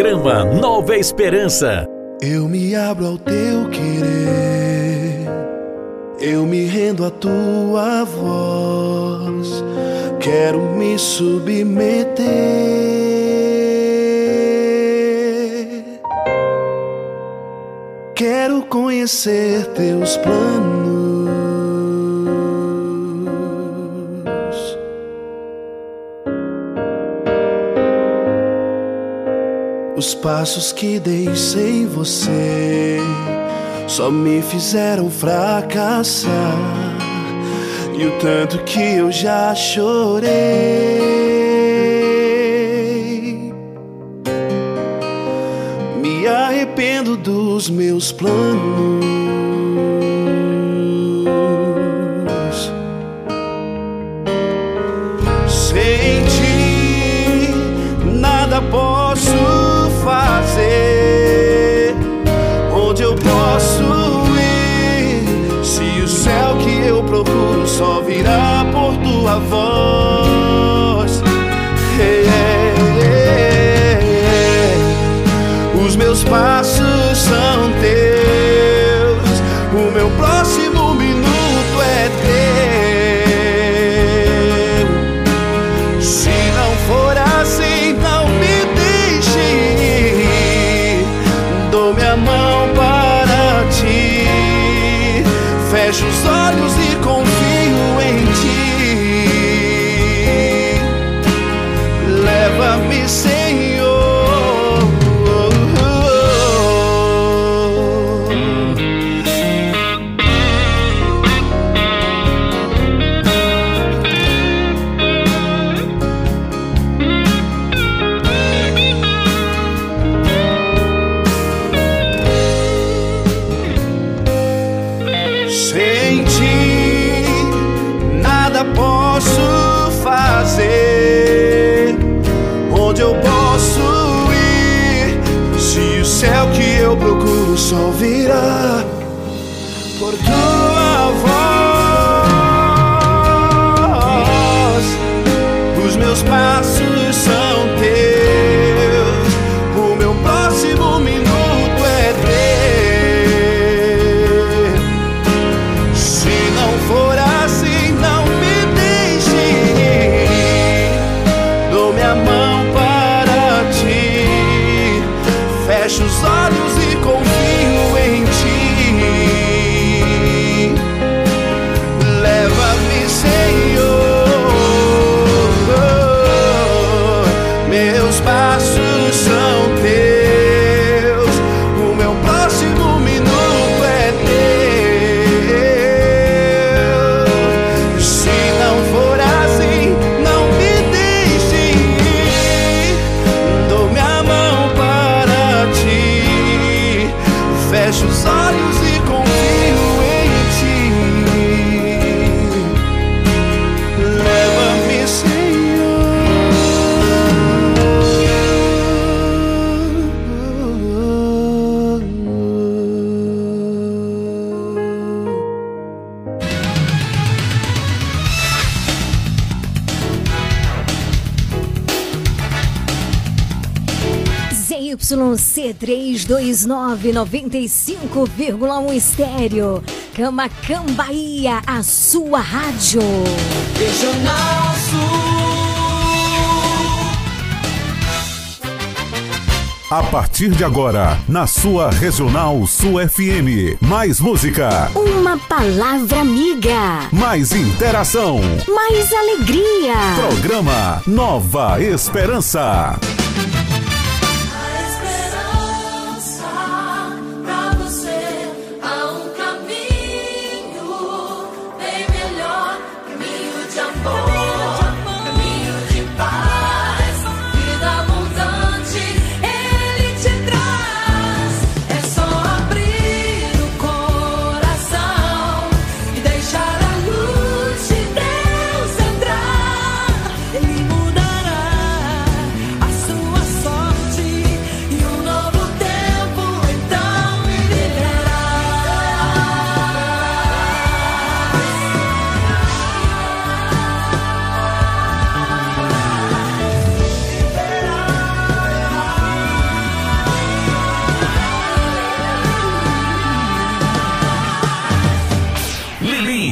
Programa Nova Esperança. Eu me abro ao teu querer, eu me rendo à tua voz, quero me submeter, quero conhecer teus planos, os passos que dei sem você só me fizeram fracassar, e o tanto que eu já chorei. Me arrependo dos meus planos, sem ti nada posso fazer. Onde eu posso ir, se o céu que eu procuro só virá por tua voz? Os meus passos são teus, o meu próximo minuto é teu. Se não for assim, não me deixe ir, dou minha mão para ti, fecho os olhos e confio em ti. Leva-me, Senhor. Sem ti nada posso fazer. Onde eu posso ir, se o céu que eu procuro só virá por tua voz? Os meus passos são teus, o meu próximo minuto é teu. Se não for assim, não me deixe ir, dou minha mão para ti, fecho os olhos e confio em ti. Leva-me, Senhor. Meus passos são teus, o meu próximo minuto é teu. Se não for assim, não me deixe ir, dou minha mão para ti, fecho os olhos e confio em ti. Leva-me, ZYC329 95,1 estéreo. Camacan, Bahia, a sua rádio. Regional Sul. A partir de agora, na sua Regional Sul FM, mais música, Uma palavra amiga, mais interação, mais alegria. Programa Nova Esperança. Ele mudará a sua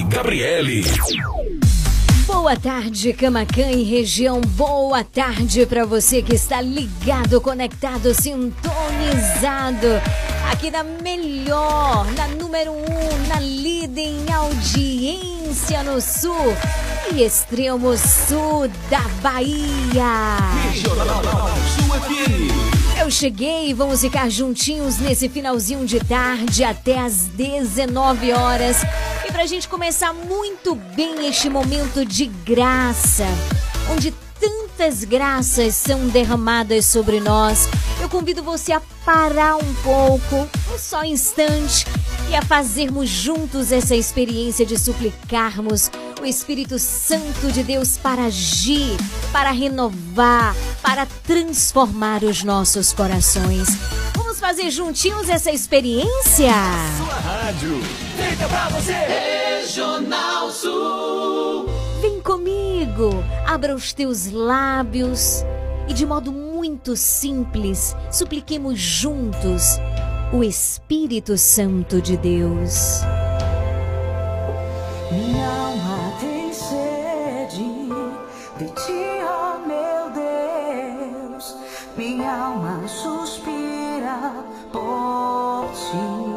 Gabriele. Boa tarde, Camaquã e região. Boa tarde para você que está ligado, conectado, sintonizado aqui na melhor, na número 1, na líder em audiência no sul e extremo sul da Bahia. Regional Sul FM. Eu cheguei e vamos ficar juntinhos nesse finalzinho de tarde até às 19 horas. E pra gente começar muito bem este momento de graça, onde tantas graças são derramadas sobre nós, eu convido você a parar um pouco, um só instante, e a fazermos juntos essa experiência de suplicarmos o Espírito Santo de Deus para agir, para renovar, para transformar os nossos corações. Vamos fazer juntinhos essa experiência? Sua rádio, feita pra você. Regional Sul. Vem comigo, abra os teus lábios e de modo muito simples, supliquemos juntos o Espírito Santo de Deus. Minha alma tem sede de ti, ó meu Deus. Minha alma suspira por ti.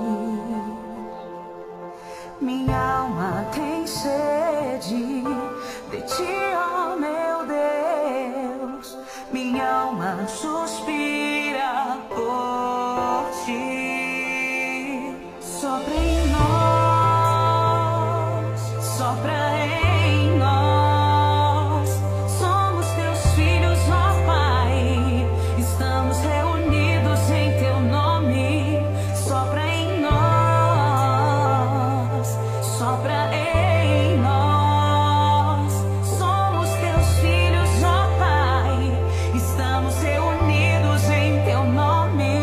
Minha alma tem sede de ti, ó meu Deus. Minha alma suspira por ti. Sopra em nós, sopra em nós. Somos teus filhos, ó Pai. Estamos reunidos em teu nome. Sopra em nós, sopra em nós. Somos teus filhos, ó Pai. Estamos reunidos em teu nome.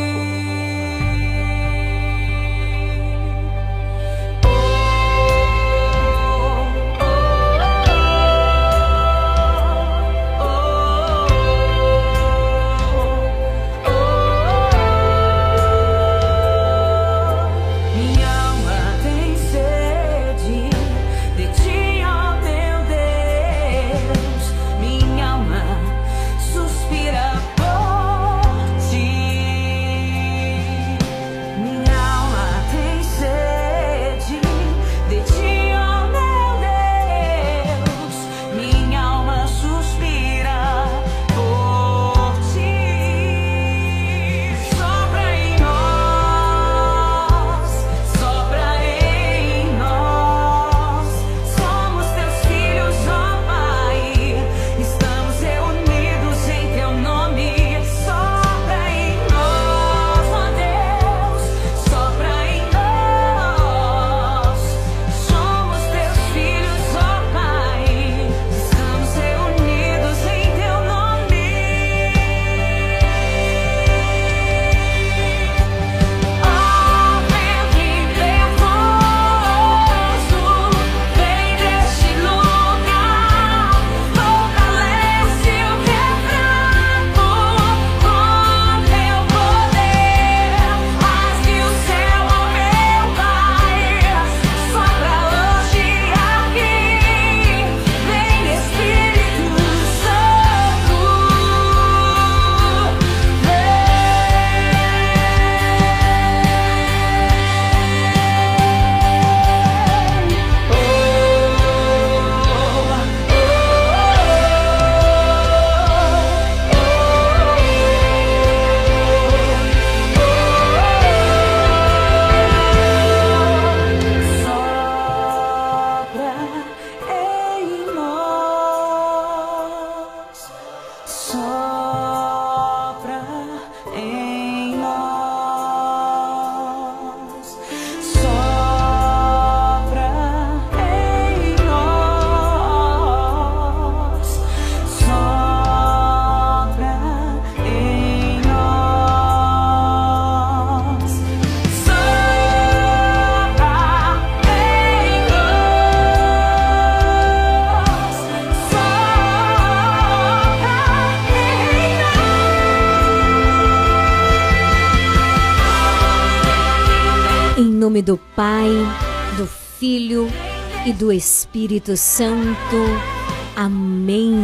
Minha alma tem sede de ti, ó meu Deus. Minha alma suspira por ti. Minha alma tem sede de ti, ó meu Deus. Minha alma suspira por ti. Sopra em nós, sopra em nós. Somos teus filhos, ó Pai. Estamos reunidos em teu nome. Sopra em nós, ó Deus. Sopra em nós. Somos teus filhos, ó Pai. Estamos reunidos em teu nome. Ó vento impetuoso, vem deste lugar, fortalece o que é fraco com teu poder. Rasgue o céu, ó meu Pai, sopra hoje aqui. Vem Espírito Santo, sopra em nós, sopra em nós, sopra em nós, sopra em nós, Em nome do Pai, do Filho e do Espírito Santo. Amém.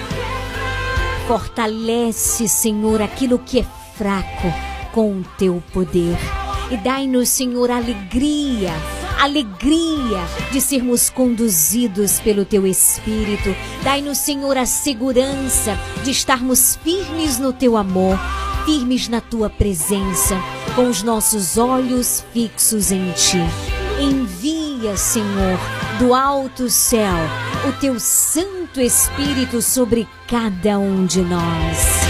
Fortalece, Senhor, aquilo que é fraco com o teu poder. E dai-nos, Senhor, alegria de sermos conduzidos pelo teu Espírito. Dai-nos, Senhor, a segurança de estarmos firmes no teu amor, firmes na tua presença, com os nossos olhos fixos em ti. Envia, Senhor, do alto céu, o teu Santo Espírito sobre cada um de nós.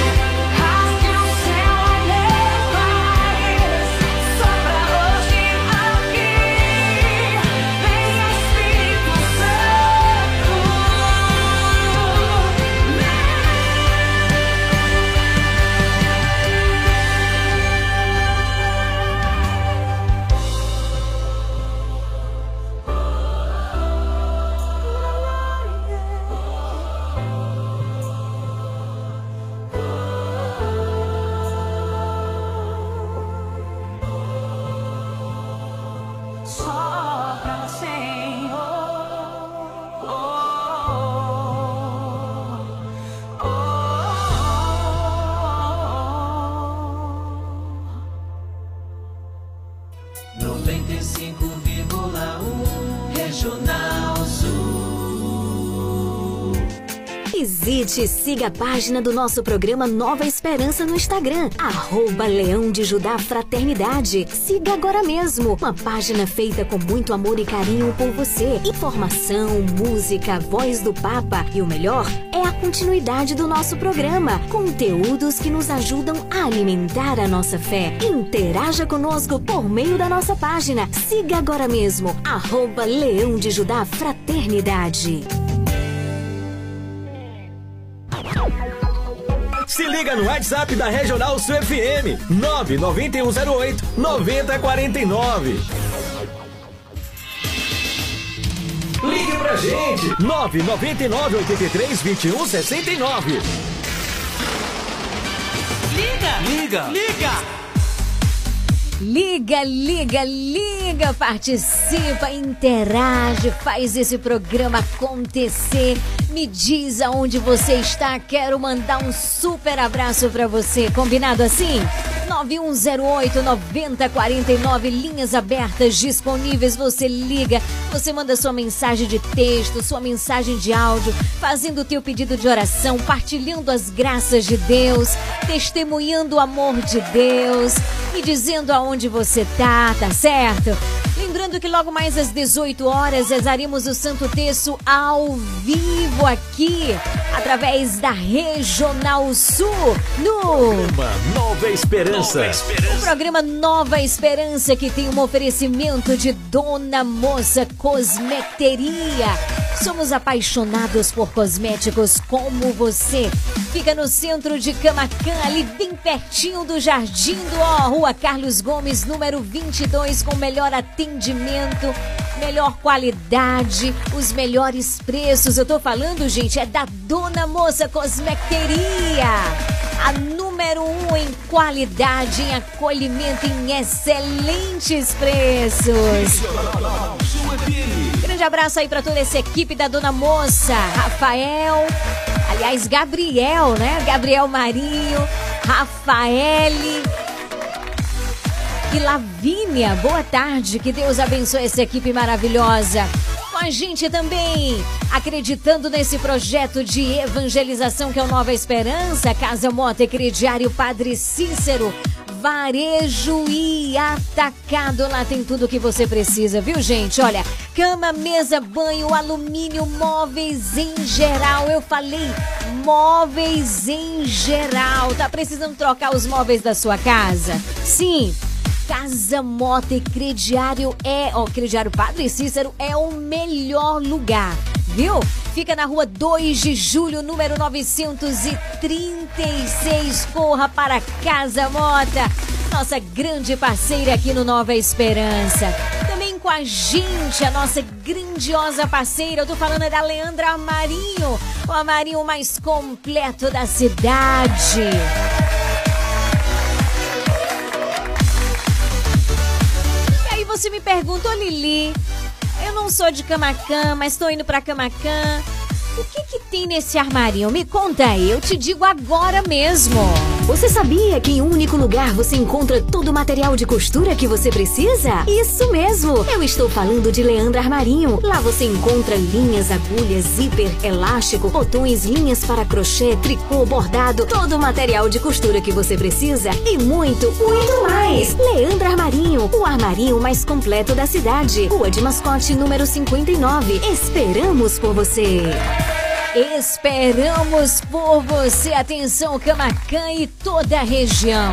Visite e siga a página do nosso programa Nova Esperança no Instagram, @Leão de Judá Fraternidade. Siga agora mesmo, uma página feita com muito amor e carinho por você. Informação, música, voz do Papa e o melhor é a continuidade do nosso programa. Conteúdos que nos ajudam a alimentar a nossa fé. Interaja conosco por meio da nossa página. Siga agora mesmo, @Leão de Judá Fraternidade. Se liga no WhatsApp da Regional Sul FM, 99108-9049. Ligue pra gente, 999-83-2169. Liga, participa, interage, faz esse programa acontecer. Me diz aonde você está, quero mandar um super abraço pra você, combinado assim? 9108-9049, linhas abertas disponíveis, você liga, você manda sua mensagem de texto, sua mensagem de áudio, fazendo o teu pedido de oração, partilhando as graças de Deus, testemunhando o amor de Deus e dizendo aonde você tá certo? Lembrando que logo mais às 18 horas rezaremos o Santo Terço ao vivo aqui, através da Regional Sul, no Nova Esperança. O programa Nova Esperança, que tem um oferecimento de Dona Moça Cosmeteria. Somos apaixonados por cosméticos como você. Fica no centro de Camaquã, ali bem pertinho do Jardim do Ó, Rua Carlos Gomes, número 22, com melhor atendimento, melhor qualidade, os melhores preços. Eu tô falando, gente, é da Dona Moça Cosmeteria. A número 1 em qualidade, em acolhimento, em excelentes preços. Grande abraço aí pra toda essa equipe da Dona Moça. Rafael, aliás, Gabriel, né? Gabriel Marinho, Rafaele e Lavínia. Boa tarde, que Deus abençoe essa equipe maravilhosa. Com a gente também, acreditando nesse projeto de evangelização que é o Nova Esperança, Casa Mota e Crediário Padre Cícero, varejo e atacado. Lá tem tudo o que você precisa, viu, gente? Olha, cama, mesa, banho, alumínio, móveis em geral. Eu falei móveis em geral. Tá precisando trocar os móveis da sua casa? Sim. Casa Mota e Crediário Crediário Padre Cícero é o melhor lugar, viu? Fica na rua 2 de julho, número 936. Corra para Casa Mota, nossa grande parceira aqui no Nova Esperança. Também com a gente, a nossa grandiosa parceira, eu tô falando da Leandra Amarinho, o Amarinho mais completo da cidade. Você me pergunta, ô Lili, Eu não sou de Camaquã, mas tô indo pra Camaquã. O que tem nesse armarinho? Me conta aí, eu te digo agora mesmo. Você sabia que em um único lugar você encontra todo o material de costura que você precisa? Isso mesmo! Eu estou falando de Leandro Armarinho. Lá você encontra linhas, agulhas, zíper, elástico, botões, linhas para crochê, tricô, bordado, todo o material de costura que você precisa e muito, muito mais! Leandro Armarinho, o armarinho mais completo da cidade. Rua de Mascote, número 59. Esperamos por você! Esperamos por você. Atenção, Camaquã e toda a região.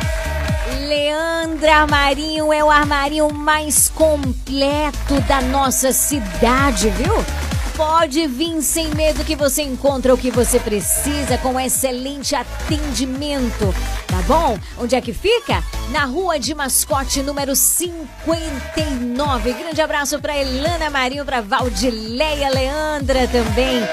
Leandro Armarinho é o armarinho mais completo da nossa cidade, viu? Pode vir sem medo que você encontra o que você precisa com excelente atendimento, tá bom? Onde é que fica? Na Rua de Mascote, número 59. Grande abraço para Elana Marinho, para Valdileia Leandra também.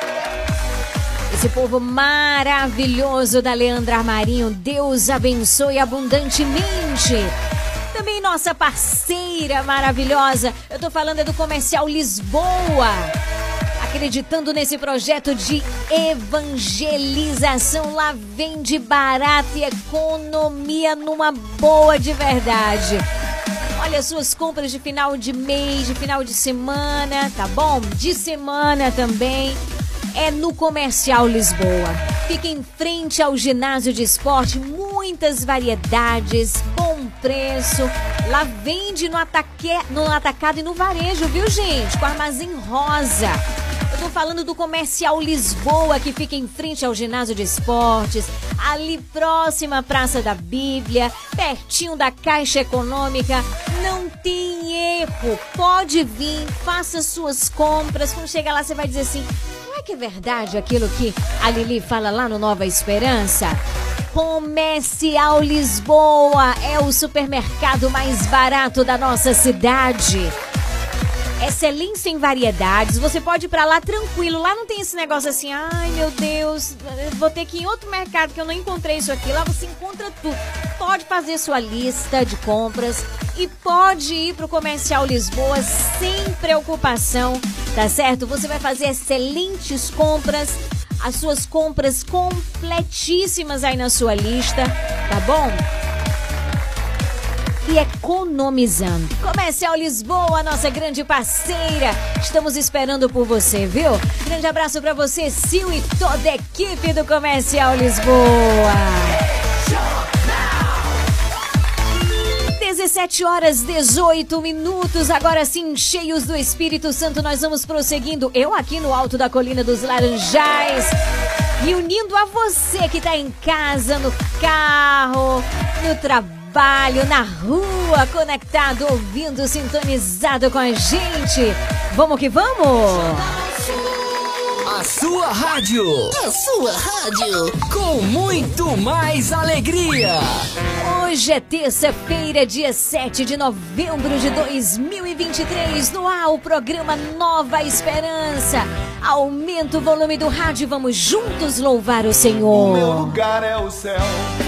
Esse povo maravilhoso da Leandro Armarinho, Deus abençoe abundantemente. Também nossa parceira maravilhosa, eu tô falando do Comercial Lisboa. Acreditando nesse projeto de evangelização, lá vende barato e economia numa boa de verdade. Olha, suas compras de final de mês, de final de semana, tá bom? De semana também. É no Comercial Lisboa. Fica em frente ao ginásio de esporte, muitas variedades, bom preço. Lá vende no atacado e no varejo, viu, gente? Com Armazém Rosa. Eu tô falando do Comercial Lisboa, que fica em frente ao ginásio de esportes, ali próxima à Praça da Bíblia, pertinho da Caixa Econômica. Não tem erro. Pode vir, faça suas compras. Quando chegar lá, você vai dizer assim: não é que é verdade aquilo que a Lili fala lá no Nova Esperança? Comercial Lisboa é o supermercado mais barato da nossa cidade. Excelência em variedades, você pode ir pra lá tranquilo. Lá não tem esse negócio assim: ai meu Deus, vou ter que ir em outro mercado que eu não encontrei isso aqui. Lá você encontra tudo. Pode fazer sua lista de compras e pode ir pro Comercial Lisboa sem preocupação, tá certo? Você vai fazer excelentes compras, as suas compras completíssimas aí na sua lista, tá bom? E economizando. Comercial Lisboa, nossa grande parceira. Estamos esperando por você, viu? Grande abraço pra você, Sil, e toda a equipe do Comercial Lisboa. 17h18. Agora sim, cheios do Espírito Santo, nós vamos prosseguindo. Eu aqui no alto da Colina dos Laranjais, e unindo a você que tá em casa, no carro, no trabalho, na rua, conectado, ouvindo, sintonizado com a gente. Vamos que vamos! A sua rádio. A sua rádio. Com muito mais alegria. Hoje é terça-feira, dia 7 de novembro de 2023. No ar, o programa Nova Esperança. Aumenta o volume do rádio e vamos juntos louvar o Senhor. O meu lugar é o céu,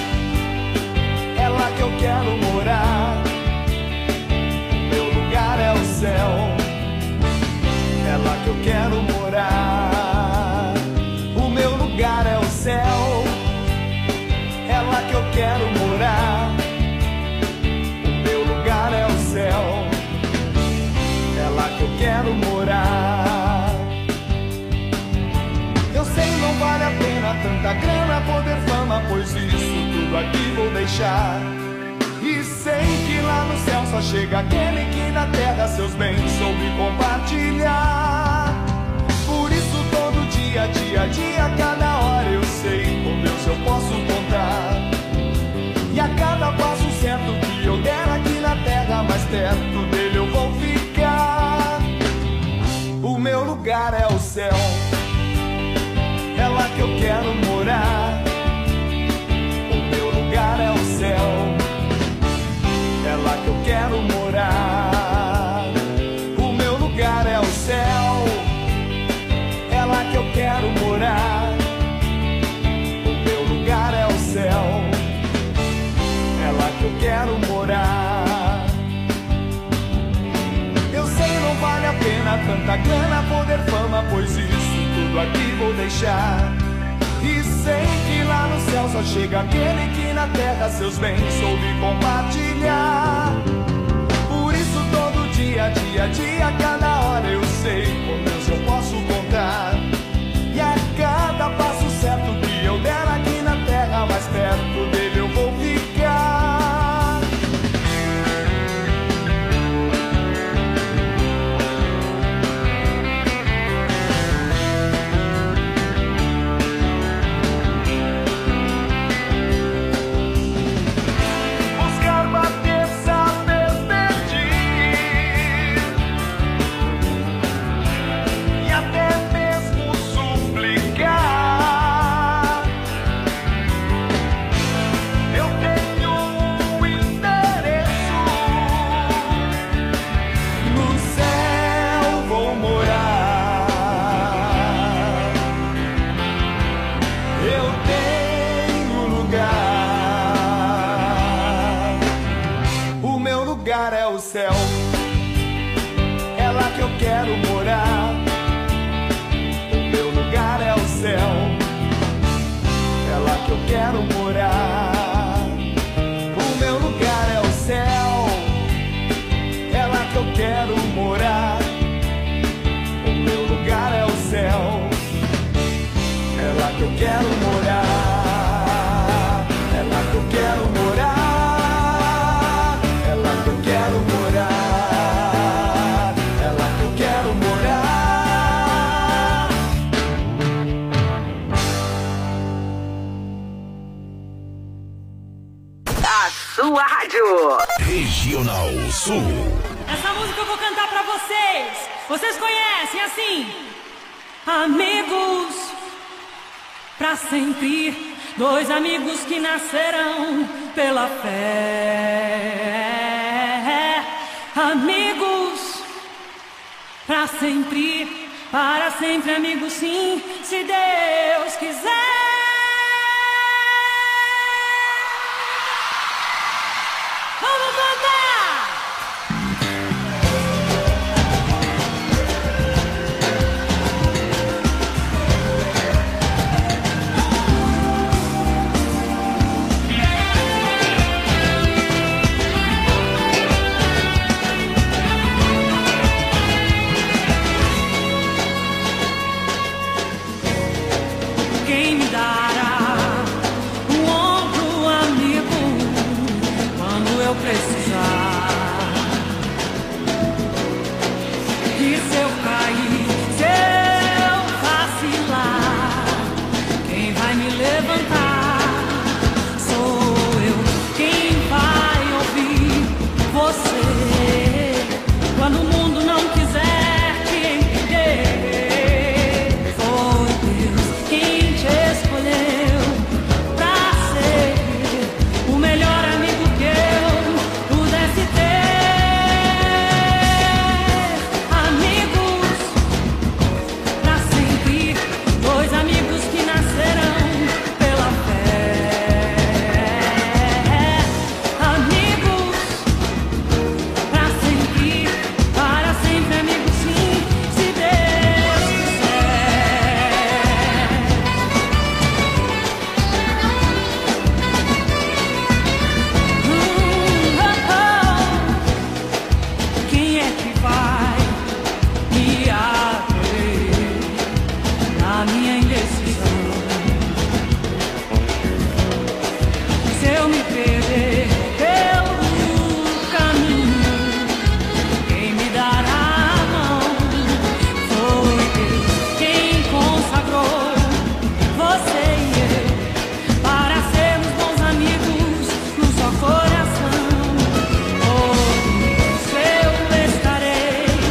é lá que eu quero morar. O meu lugar é o céu, é lá que eu quero morar. O meu lugar é o céu, é lá que eu quero morar. O meu lugar é o céu, é lá que eu quero morar. Eu sei, não vale a pena tanta grana, poder, fama, pois isso tudo aqui vou deixar. E sei que lá no céu só chega aquele que na terra seus bens soube compartilhar. Por isso todo dia, dia a dia, cada hora eu sei com Deus eu posso contar. E a cada passo certo que eu der aqui na terra, mais perto dele eu vou ficar. O meu lugar é o céu, é lá que eu quero morar. O meu lugar é o céu, é lá que eu quero morar. O meu lugar é o céu, é lá que eu quero morar. O meu lugar é o céu, é lá que eu quero morar. Eu sei, não vai tanta grana, poder, fama, pois isso tudo aqui vou deixar. E sei que lá no céu só chega aquele que na terra seus bens soube compartilhar. Por isso todo dia, dia a dia, cada hora eu sei com Deus eu posso contar. E a cada passo certo que eu der aqui na terra, mais perto dele eu vou ficar. Buscar, bater, saber, pedir e até mesmo suplicar. Eu tenho um endereço, no céu vou morar. Eu tenho lugar, o meu lugar é o céu, é lá que eu quero morar. O meu lugar é o céu, é lá que eu quero morar. O meu lugar é o céu, é lá que eu quero morar. O meu lugar é o céu, é lá que eu quero morar. É lá que eu quero morar. É lá que eu quero morar. É lá que eu quero morar. A sua rádio. Regional Sul. Essa música eu vou cantar pra vocês. Vocês conhecem assim? Amigos pra sempre. Dois amigos que nascerão pela fé. Amigos pra sempre. Para sempre, amigos, sim, se Deus quiser. Vamos cantar! Quem me dará um ombro amigo quando eu precisar? E se eu cair, se eu vacilar, quem vai me levantar? Sou eu. Quem vai ouvir você quando o mundo não quiser te entender? Foi Deus quem te escolheu pra ser o melhor amigo que eu pudesse ter. Amigos pra sempre, dois amigos que nascerão pela fé. Amigos pra sempre, para sempre, amigos, sim, se Deus quiser. Quem é que vai me acolher na minha indecisão? Se eu me perder pelo caminho, quem me dará a mão? Foi Deus quem consagrou você e eu para sermos bons amigos no só coração. Por isso eu estarei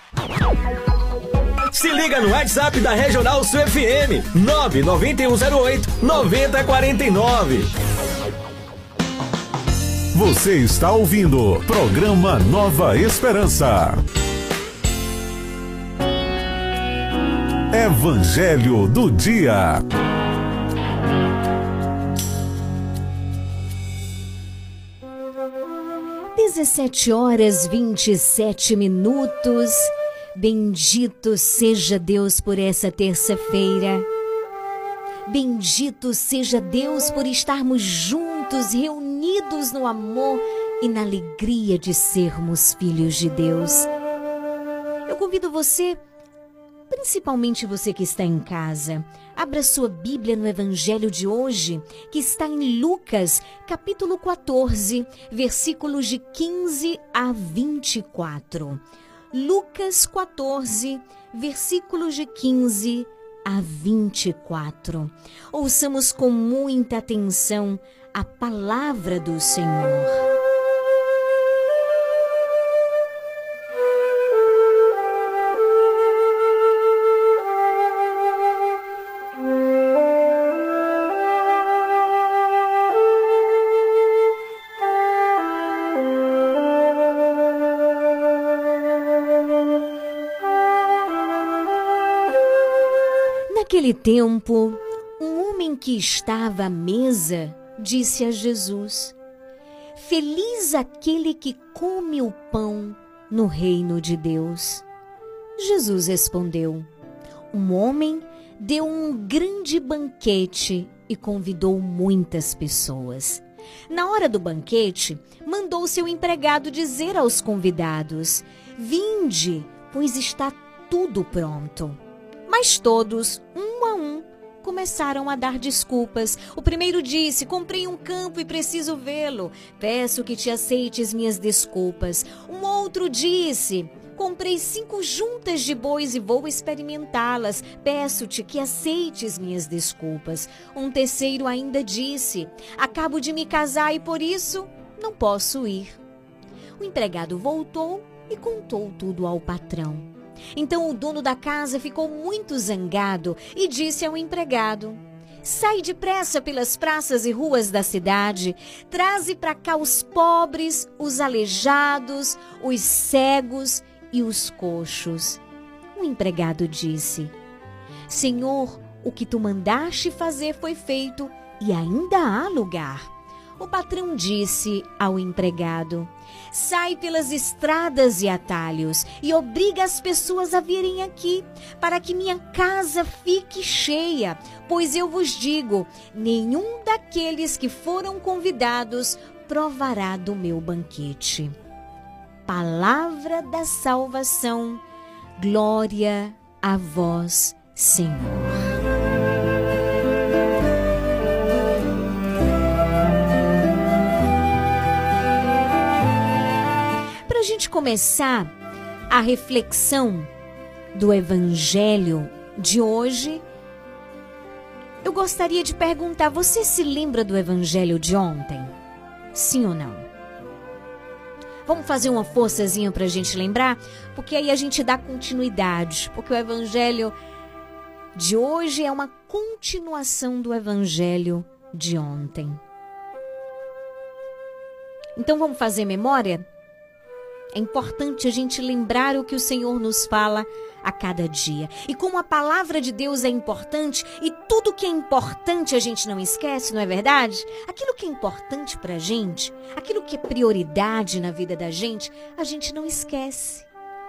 Se liga no WhatsApp da Regional Sul FM, 99108-9049. Você está ouvindo programa Nova Esperança. Evangelho do Dia. Dezessete horas 27 minutos. Bendito seja Deus por essa terça-feira. Bendito seja Deus por estarmos juntos, reunidos no amor e na alegria de sermos filhos de Deus. Eu convido você, principalmente você que está em casa, abra sua Bíblia no Evangelho de hoje, que está em Lucas, capítulo 14, versículos de 15 a 24. Lucas 14, versículos de 15 a 24. Ouçamos com muita atenção a palavra do Senhor. Naquele tempo, um homem que estava à mesa disse a Jesus: Feliz aquele que come o pão no reino de Deus. Jesus respondeu: Um homem deu um grande banquete e convidou muitas pessoas. Na hora do banquete, mandou seu empregado dizer aos convidados: Vinde, pois está tudo pronto. Mas todos, um a um, começaram a dar desculpas. O primeiro disse: comprei um campo e preciso vê-lo. Peço que te aceites minhas desculpas. Um outro disse: comprei 5 juntas de bois e vou experimentá-las. Peço-te que aceites minhas desculpas. Um terceiro ainda disse: acabo de me casar e por isso não posso ir. O empregado voltou e contou tudo ao patrão. Então o dono da casa ficou muito zangado e disse ao empregado: sai depressa pelas praças e ruas da cidade, traze para cá os pobres, os aleijados, os cegos e os coxos. O empregado disse: Senhor, o que tu mandaste fazer foi feito e ainda há lugar. O patrão disse ao empregado: sai pelas estradas e atalhos e obriga as pessoas a virem aqui, para que minha casa fique cheia. Pois eu vos digo, nenhum daqueles que foram convidados provará do meu banquete. Palavra da salvação, glória a vós, Senhor. Para a gente começar a reflexão do Evangelho de hoje, eu gostaria de perguntar: você se lembra do Evangelho de ontem? Sim ou não? Vamos fazer uma forçazinha para a gente lembrar? Porque aí a gente dá continuidade. Porque o Evangelho de hoje é uma continuação do Evangelho de ontem. Então vamos fazer memória? É importante a gente lembrar o que o Senhor nos fala a cada dia. E como a palavra de Deus é importante, e tudo que é importante a gente não esquece, não é verdade? Aquilo que é importante pra gente, aquilo que é prioridade na vida da gente, a gente não esquece.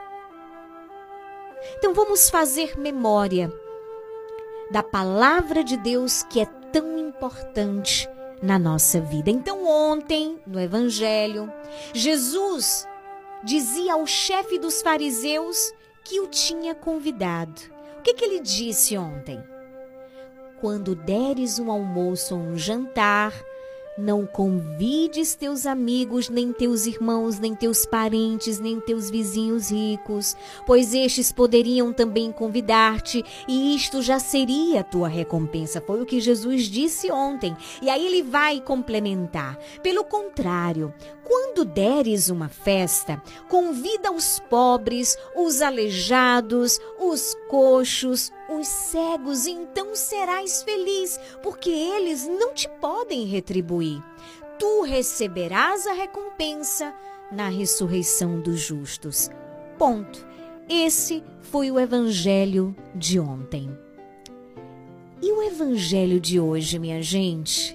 Então vamos fazer memória da palavra de Deus que é tão importante na nossa vida. Então ontem, no Evangelho, Jesus dizia ao chefe dos fariseus que o tinha convidado. O que ele disse ontem? Quando deres um almoço ou um jantar, Não convides teus amigos, nem teus irmãos, nem teus parentes, nem teus vizinhos ricos, pois estes poderiam também convidar-te, e isto já seria a tua recompensa. Foi o que Jesus disse ontem. E aí ele vai complementar. Pelo contrário, quando deres uma festa, convida os pobres, os aleijados, os coxos, os cegos, e então serás feliz, porque eles não te podem retribuir. Tu receberás a recompensa na ressurreição dos justos. Ponto. Esse foi o evangelho de ontem. E o evangelho de hoje, minha gente?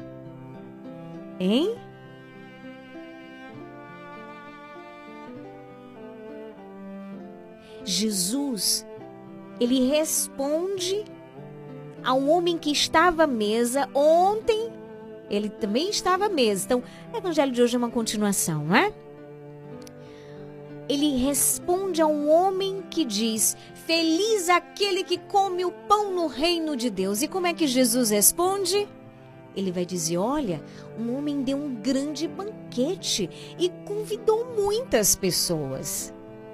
Hein? Jesus, ele responde a um homem que estava à mesa. Ontem, ele também estava à mesa. Então, o evangelho de hoje é uma continuação, não é? Ele responde a um homem que diz: feliz aquele que come o pão no reino de Deus. E como é que Jesus responde? Ele vai dizer: olha, um homem deu um grande banquete e convidou muitas pessoas.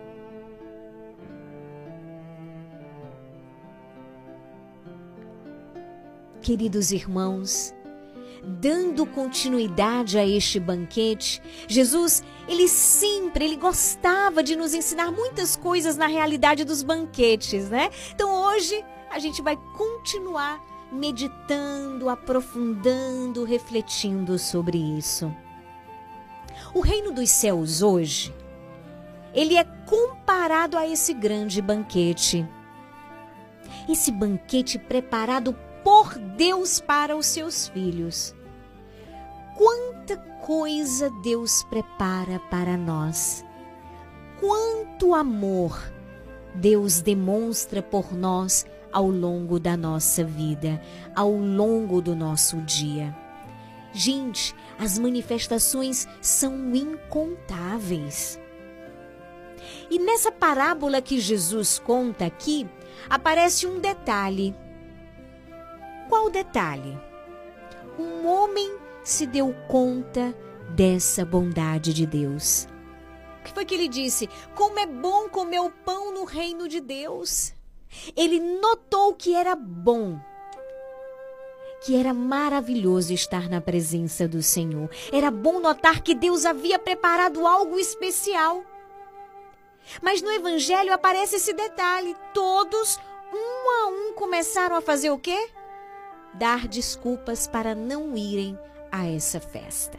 Queridos irmãos, dando continuidade a este banquete, Jesus, ele gostava de nos ensinar muitas coisas na realidade dos banquetes, né? Então hoje a gente vai continuar meditando, aprofundando, refletindo sobre isso. O reino dos céus hoje, ele é comparado a esse grande banquete. Esse banquete preparado por Deus para os seus filhos. Quanta coisa Deus prepara para nós. Quanto amor Deus demonstra por nós ao longo da nossa vida, ao longo do nosso dia. Gente, as manifestações são incontáveis. E nessa parábola que Jesus conta aqui, aparece um detalhe. Qual detalhe? Um homem se deu conta dessa bondade de Deus. O que foi que ele disse? Como é bom comer o pão no reino de Deus. Ele notou que era bom, que era maravilhoso estar na presença do Senhor. Era bom notar que Deus havia preparado algo especial. Mas no Evangelho aparece esse detalhe. Todos, um a um, começaram a fazer o quê? Dar desculpas para não irem a essa festa.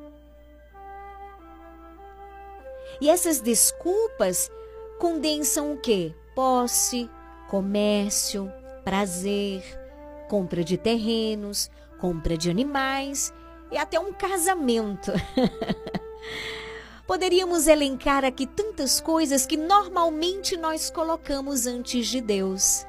E essas desculpas condensam o quê? Posse, comércio, prazer, compra de terrenos, compra de animais e até um casamento. Poderíamos elencar aqui tantas coisas que normalmente nós colocamos antes de Deus.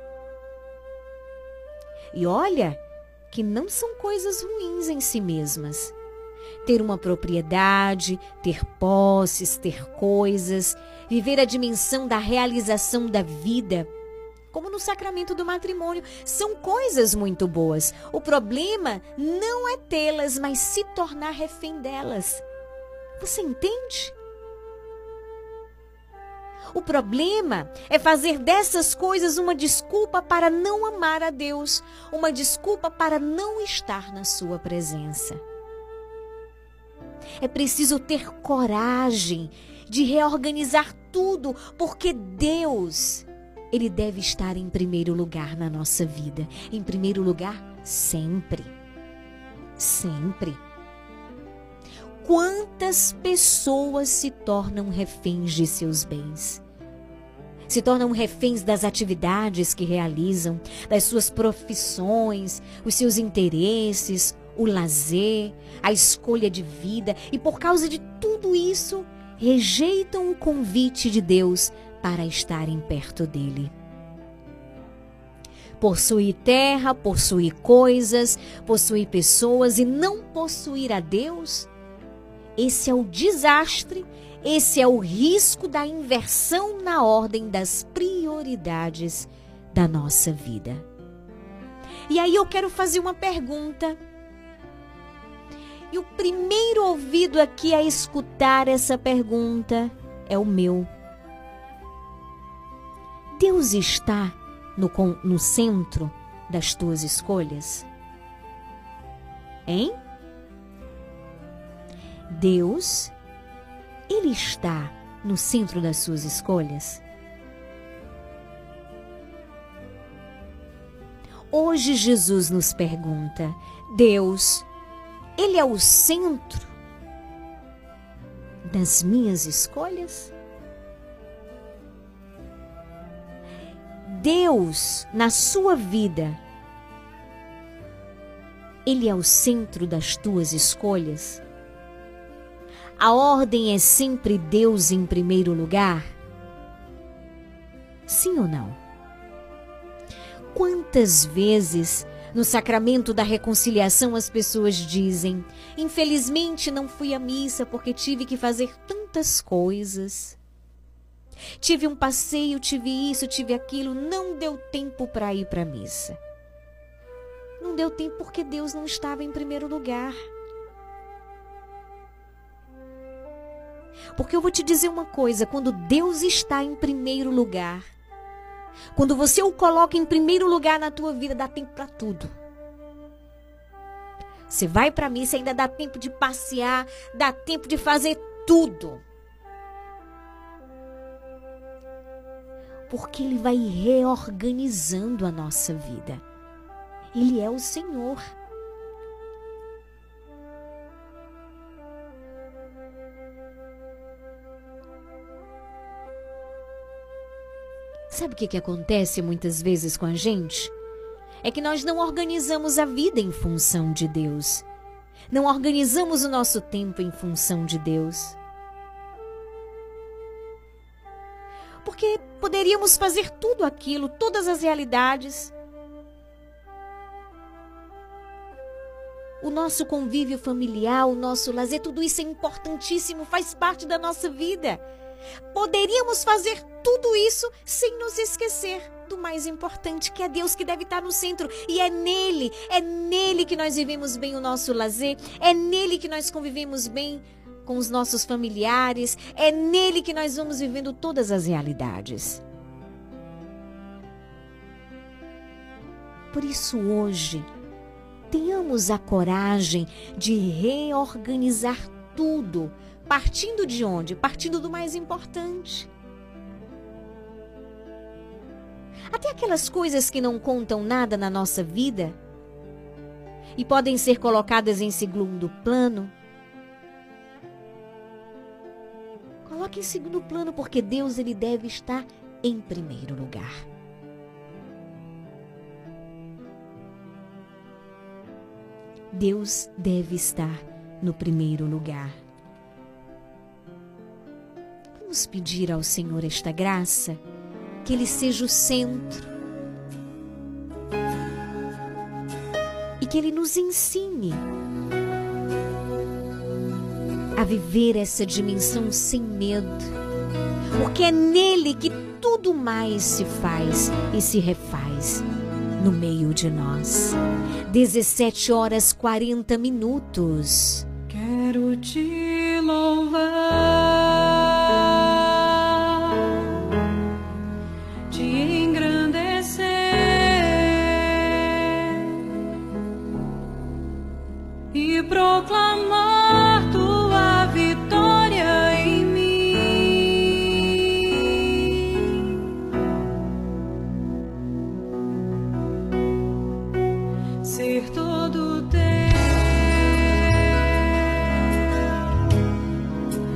E olha que não são coisas ruins em si mesmas. Ter uma propriedade, ter posses, ter coisas, viver a dimensão da realização da vida, como no sacramento do matrimônio, são coisas muito boas. O problema não é tê-las, mas se tornar refém delas. Você entende? O problema é fazer dessas coisas uma desculpa para não amar a Deus, uma desculpa para não estar na sua presença. É preciso ter coragem de reorganizar tudo, porque Deus, Ele deve estar em primeiro lugar na nossa vida. Em primeiro lugar, sempre. Sempre. Quantas pessoas se tornam reféns de seus bens? Se tornam reféns das atividades que realizam, das suas profissões, os seus interesses, o lazer, a escolha de vida, e por causa de tudo isso, rejeitam o convite de Deus para estarem perto dele. Possuir terra, possuir coisas, possuir pessoas e não possuir a Deus, esse é o desastre, esse é o risco da inversão na ordem das prioridades da nossa vida. E aí eu quero fazer uma pergunta. E o primeiro ouvido aqui a escutar essa pergunta é o meu. Deus está no centro das tuas escolhas? Hein? Deus, Ele está no centro das suas escolhas? Hoje Jesus nos pergunta: Deus, Ele é o centro das minhas escolhas? Deus, na sua vida, Ele é o centro das tuas escolhas? A ordem é sempre Deus em primeiro lugar? Sim ou não? Quantas vezes no sacramento da reconciliação as pessoas dizem: infelizmente não fui à missa porque tive que fazer tantas coisas. Tive um passeio, tive isso, tive aquilo, não deu tempo para ir para a missa. Não deu tempo porque Deus não estava em primeiro lugar. Porque eu vou te dizer uma coisa, quando Deus está em primeiro lugar, quando você o coloca em primeiro lugar na tua vida, dá tempo para tudo. Você vai para a missa, ainda dá tempo de passear, dá tempo de fazer tudo. Porque Ele vai reorganizando a nossa vida. Ele é o Senhor. Sabe o que acontece muitas vezes com a gente? É que nós não organizamos a vida em função de Deus. Não organizamos o nosso tempo em função de Deus. Porque poderíamos fazer tudo aquilo, todas as realidades. O nosso convívio familiar, o nosso lazer, tudo isso é importantíssimo, faz parte da nossa vida. Poderíamos fazer tudo isso sem nos esquecer do mais importante, que é Deus, que deve estar no centro. E é nele que nós vivemos bem o nosso lazer, é nele que nós convivemos bem com os nossos familiares, é nele que nós vamos vivendo todas as realidades. Por isso hoje, tenhamos a coragem de reorganizar tudo. Partindo de onde? Partindo do mais importante. Até aquelas coisas que não contam nada na nossa vida e podem ser colocadas em segundo plano. Coloque em segundo plano, porque Deus, Ele deve estar em primeiro lugar. Deus deve estar no primeiro lugar. Vamos pedir ao Senhor esta graça, que Ele seja o centro e que Ele nos ensine a viver essa dimensão sem medo, porque é nele que tudo mais se faz e se refaz no meio de nós. 17h40. Quero te louvar, te engrandecer e proclamar tua vitória em mim. Ser todo teu,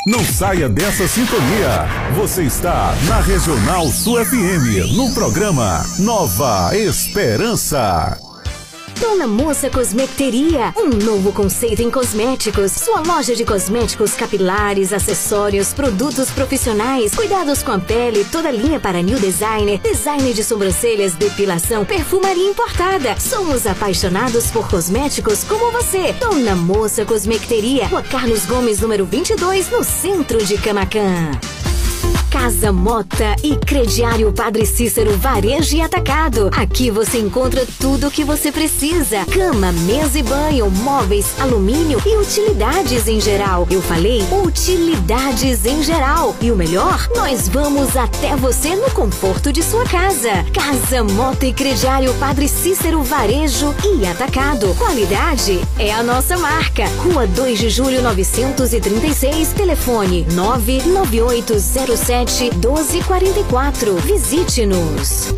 Não saia dessa sintonia. Você está na Regional Sul FM, no programa Nova Esperança. Dona Moça Cosmecteria, um novo conceito em cosméticos. Sua loja de cosméticos capilares, acessórios, produtos profissionais, cuidados com a pele, toda linha para new designer, design de sobrancelhas, depilação, perfumaria importada. Somos apaixonados por cosméticos como você. Dona Moça Cosmecteria, Rua Carlos Gomes, número 22, no centro de Camaquã. Casa Mota e Crediário Padre Cícero Varejo e Atacado. Aqui você encontra tudo o que você precisa. Cama, mesa e banho, móveis, alumínio e utilidades em geral. Eu falei utilidades em geral. E o melhor, nós vamos até você no conforto de sua casa. Casa Mota e Crediário Padre Cícero Varejo e Atacado. Qualidade é a nossa marca. Rua 2 de Julho 936, telefone 99807 1244. Visite-nos.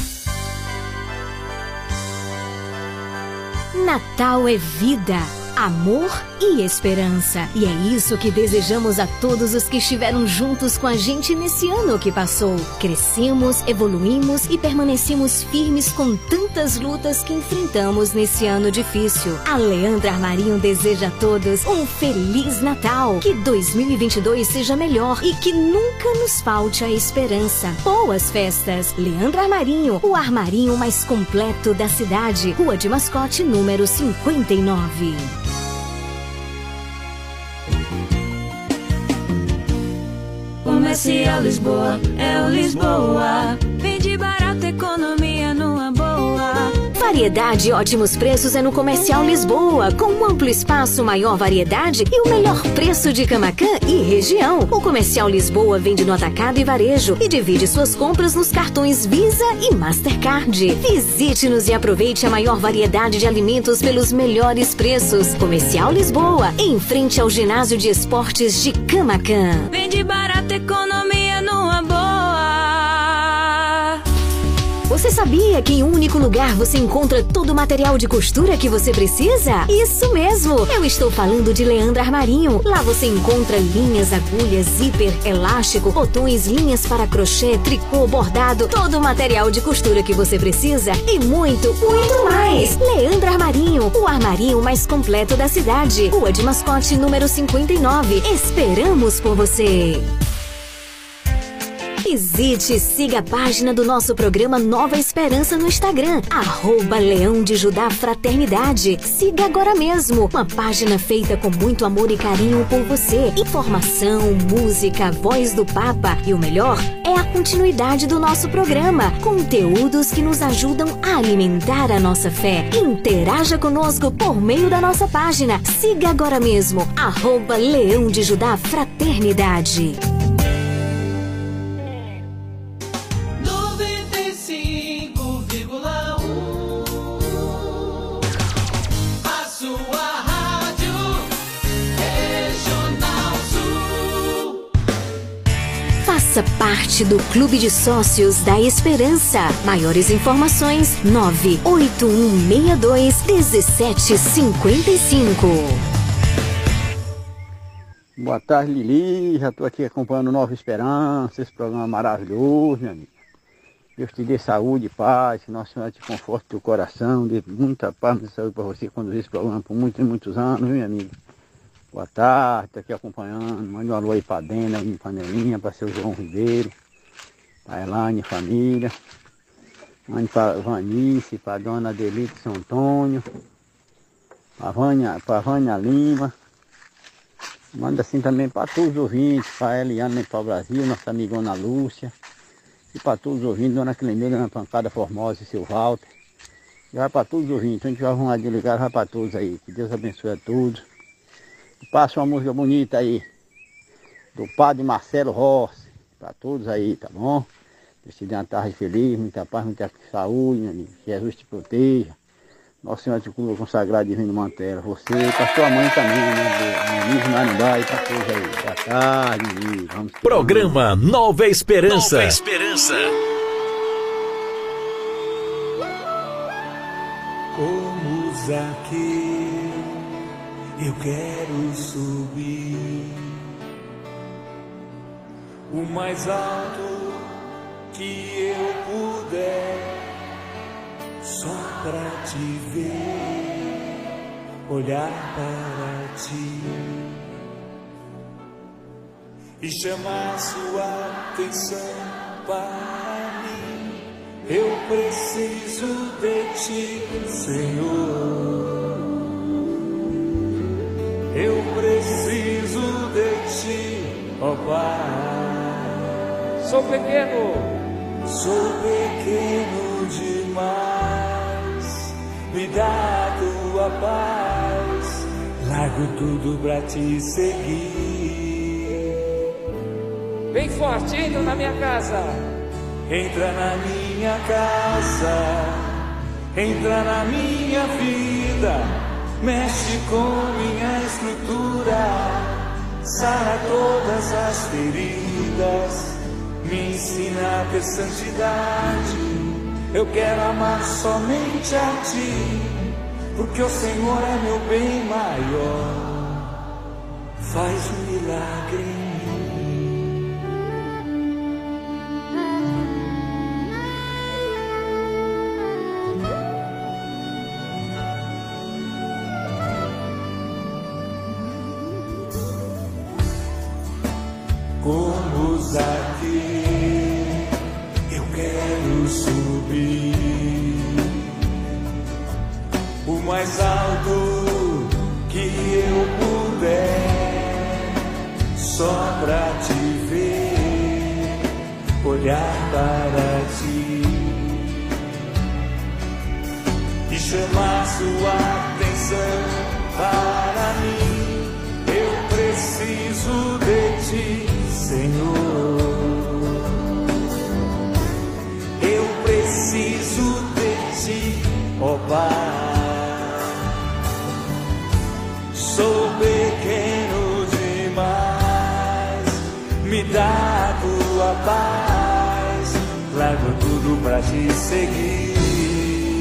Natal é vida, amor e esperança. E é isso que desejamos a todos os que estiveram juntos com a gente nesse ano que passou. Crescemos, evoluímos e permanecemos firmes com tantas lutas que enfrentamos nesse ano difícil. A Leandra Armarinho deseja a todos um Feliz Natal. Que 2022 seja melhor e que nunca nos falte a esperança. Boas festas. Leandra Armarinho, o armarinho mais completo da cidade. Rua de Mascote, número 59. Comercial Lisboa, é o Lisboa. Vende barato, economia numa boa. Variedade e ótimos preços é no Comercial Lisboa, com um amplo espaço, maior variedade e o melhor preço de Camaquã e região. O Comercial Lisboa vende no atacado e varejo e divide suas compras nos cartões Visa e Mastercard. Visite-nos e aproveite a maior variedade de alimentos pelos melhores preços. Comercial Lisboa, em frente ao Ginásio de Esportes de Camaquã. Vende barato, economia numa boa. Você sabia que em um único lugar você encontra todo o material de costura que você precisa? Isso mesmo! Eu estou falando de Leandra Armarinho. Lá você encontra linhas, agulhas, zíper, elástico, botões, linhas para crochê, tricô, bordado, todo o material de costura que você precisa e muito, muito mais! Leandra Armarinho, o armarinho mais completo da cidade. Rua de Mascote, número 59. Esperamos por você! Visite e siga a página do nosso programa Nova Esperança no Instagram, @Leão de Judá Fraternidade. Siga agora mesmo, uma página feita com muito amor e carinho por você. Informação, música, voz do Papa e o melhor é a continuidade do nosso programa. Conteúdos que nos ajudam a alimentar a nossa fé. Interaja conosco por meio da nossa página. Siga agora mesmo, @Leão de Judá Fraternidade. Faça parte do Clube de Sócios da Esperança. Maiores informações 98162-1755. Boa tarde, Lili. Já estou aqui acompanhando Nova Esperança, esse programa maravilhoso, meu amigo. Deus te dê saúde e paz, que Nossa Senhora te conforte teu coração, dê muita paz e saúde para você conduzir esse programa por muitos e muitos anos, viu, meu amigo? Boa tarde, estou aqui acompanhando. Mande um alô aí para Dena, minha panelinha, para seu João Ribeiro, para Elaine, família. Mande para Vanice, para Dona Adelite São Antônio, para Vânia Lima. Manda assim também para todos os ouvintes, para Eliana para o Brasil, nossa amigona Lúcia. E para todos os ouvintes, Dona Clemeira, Dona Pancada Formosa e seu Walter. E vai para todos os ouvintes, a gente vai arrumar de ligar, vai para todos aí. Que Deus abençoe a todos. Passa uma música bonita aí, do Padre Marcelo Rossi, para todos aí, tá bom? Deus te dê uma tarde feliz, muita paz, muita saúde, meu amigo. Jesus te proteja. Nossa Senhora te cubra com o Sagrado Divino Mantela. Você e para sua mãe também, né? Do amigo Marindá e para todos aí. Boa tarde, amigo. Vamos Programa Nova Esperança. Nova Esperança. Como Zaqueu, eu quero subir o mais alto que eu puder, só pra te ver, olhar para ti e chamar sua atenção para mim. Eu preciso de ti, Senhor. Eu preciso de ti, ó Pai. Sou pequeno demais. Me dá a tua paz. Largo tudo pra te seguir. Bem forte, entra na minha casa. Entra na minha casa. Entra na minha vida. Mexe com minha estrutura, sara todas as feridas, me ensina a ter santidade. Eu quero amar somente a ti, porque o Senhor é meu bem maior. Faz um milagre em mim. Como Zaqueu, eu quero subir o mais alto que eu puder, só pra te ver, olhar para ti e chamar sua atenção para mim. Eu preciso de ti, Senhor. Eu preciso de ti, ó Pai. Sou pequeno demais. Me dá a tua paz. Largo tudo pra te seguir.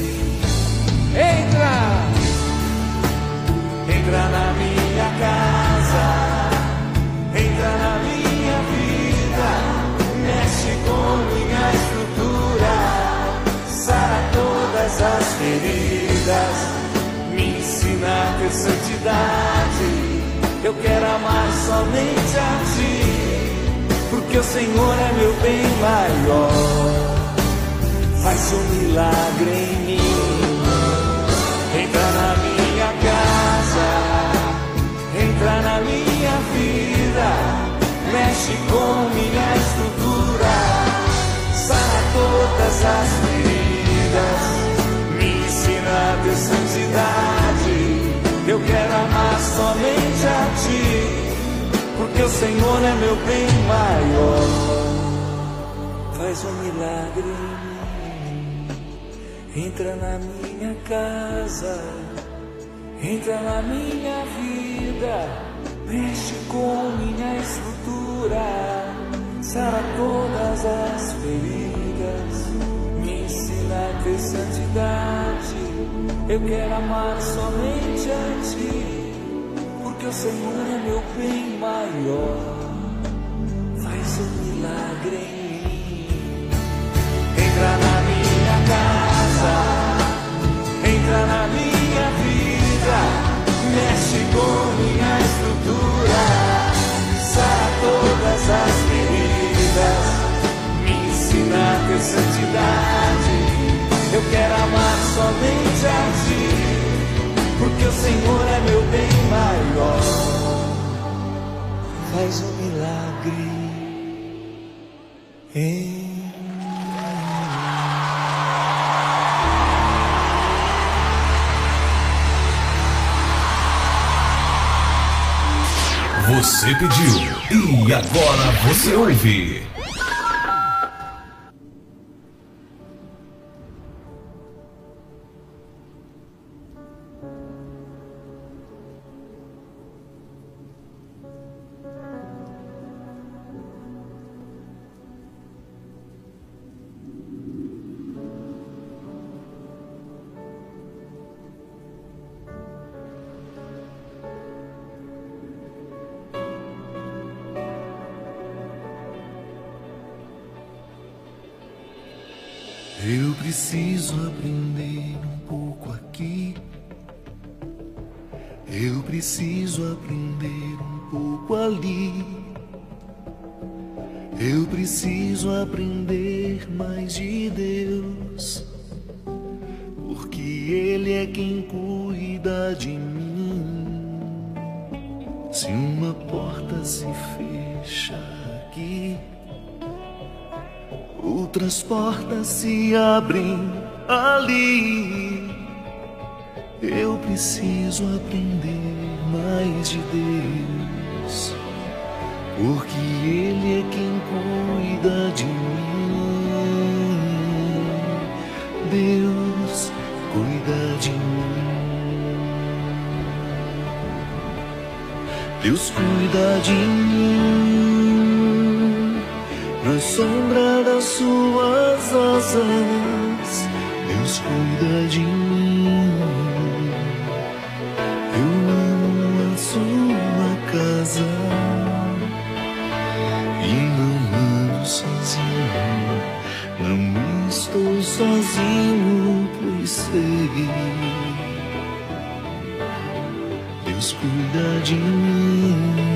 Entra na minha casa. Entra na minha vida, mexe com minha estrutura, sara todas as feridas, me ensina a ter santidade. Eu quero amar somente a ti, porque o Senhor é meu bem maior. Faz um milagre em mim. Entra na minha casa, entra na minha vida, mexe com minha estrutura, sara todas as feridas, me ensina a ter santidade. Eu quero amar somente a ti, porque o Senhor é meu bem maior. Faz um milagre em mim. Entra na minha casa, entra na minha vida, mexe com minha estrutura, sara todas as feridas, me ensina a ter santidade. Eu quero amar somente a ti, porque o Senhor é meu bem maior. Faz um milagre em mim. Entra na minha casa, entra na minha vida, mexe com minha estrutura, sara todas as feridas, me ensina a ter santidade. Eu quero amar somente a ti, porque o Senhor é meu bem maior. Faz um milagre em mim. Você pediu e agora você ouve. Eu preciso aprender um pouco aqui. Eu preciso aprender um pouco ali. Eu preciso aprender mais de Deus, porque Ele é quem cuida de mim. Se uma porta se fecha aqui, outras portas se abrem ali. Eu preciso aprender mais de Deus, porque Ele é quem cuida de mim. Deus cuida de mim. Deus cuida de mim. Na sombra das suas asas, Deus cuida de mim. Eu amo a sua casa e não ando sozinho. Não estou sozinho, pois sei. Deus cuida de mim.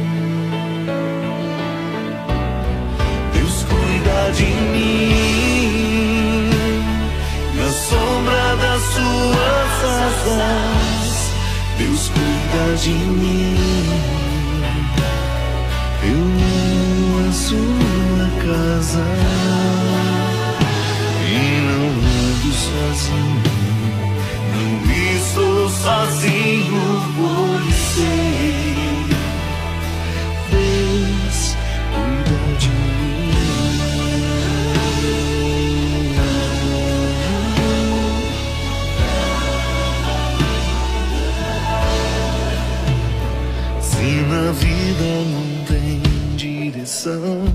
De mim, na sombra das suas asas, Deus cuida de mim. Eu amo a sua casa e não ando sozinho. Não estou sozinho, pois sei. Deus cuida de mim. Na vida não tem direção,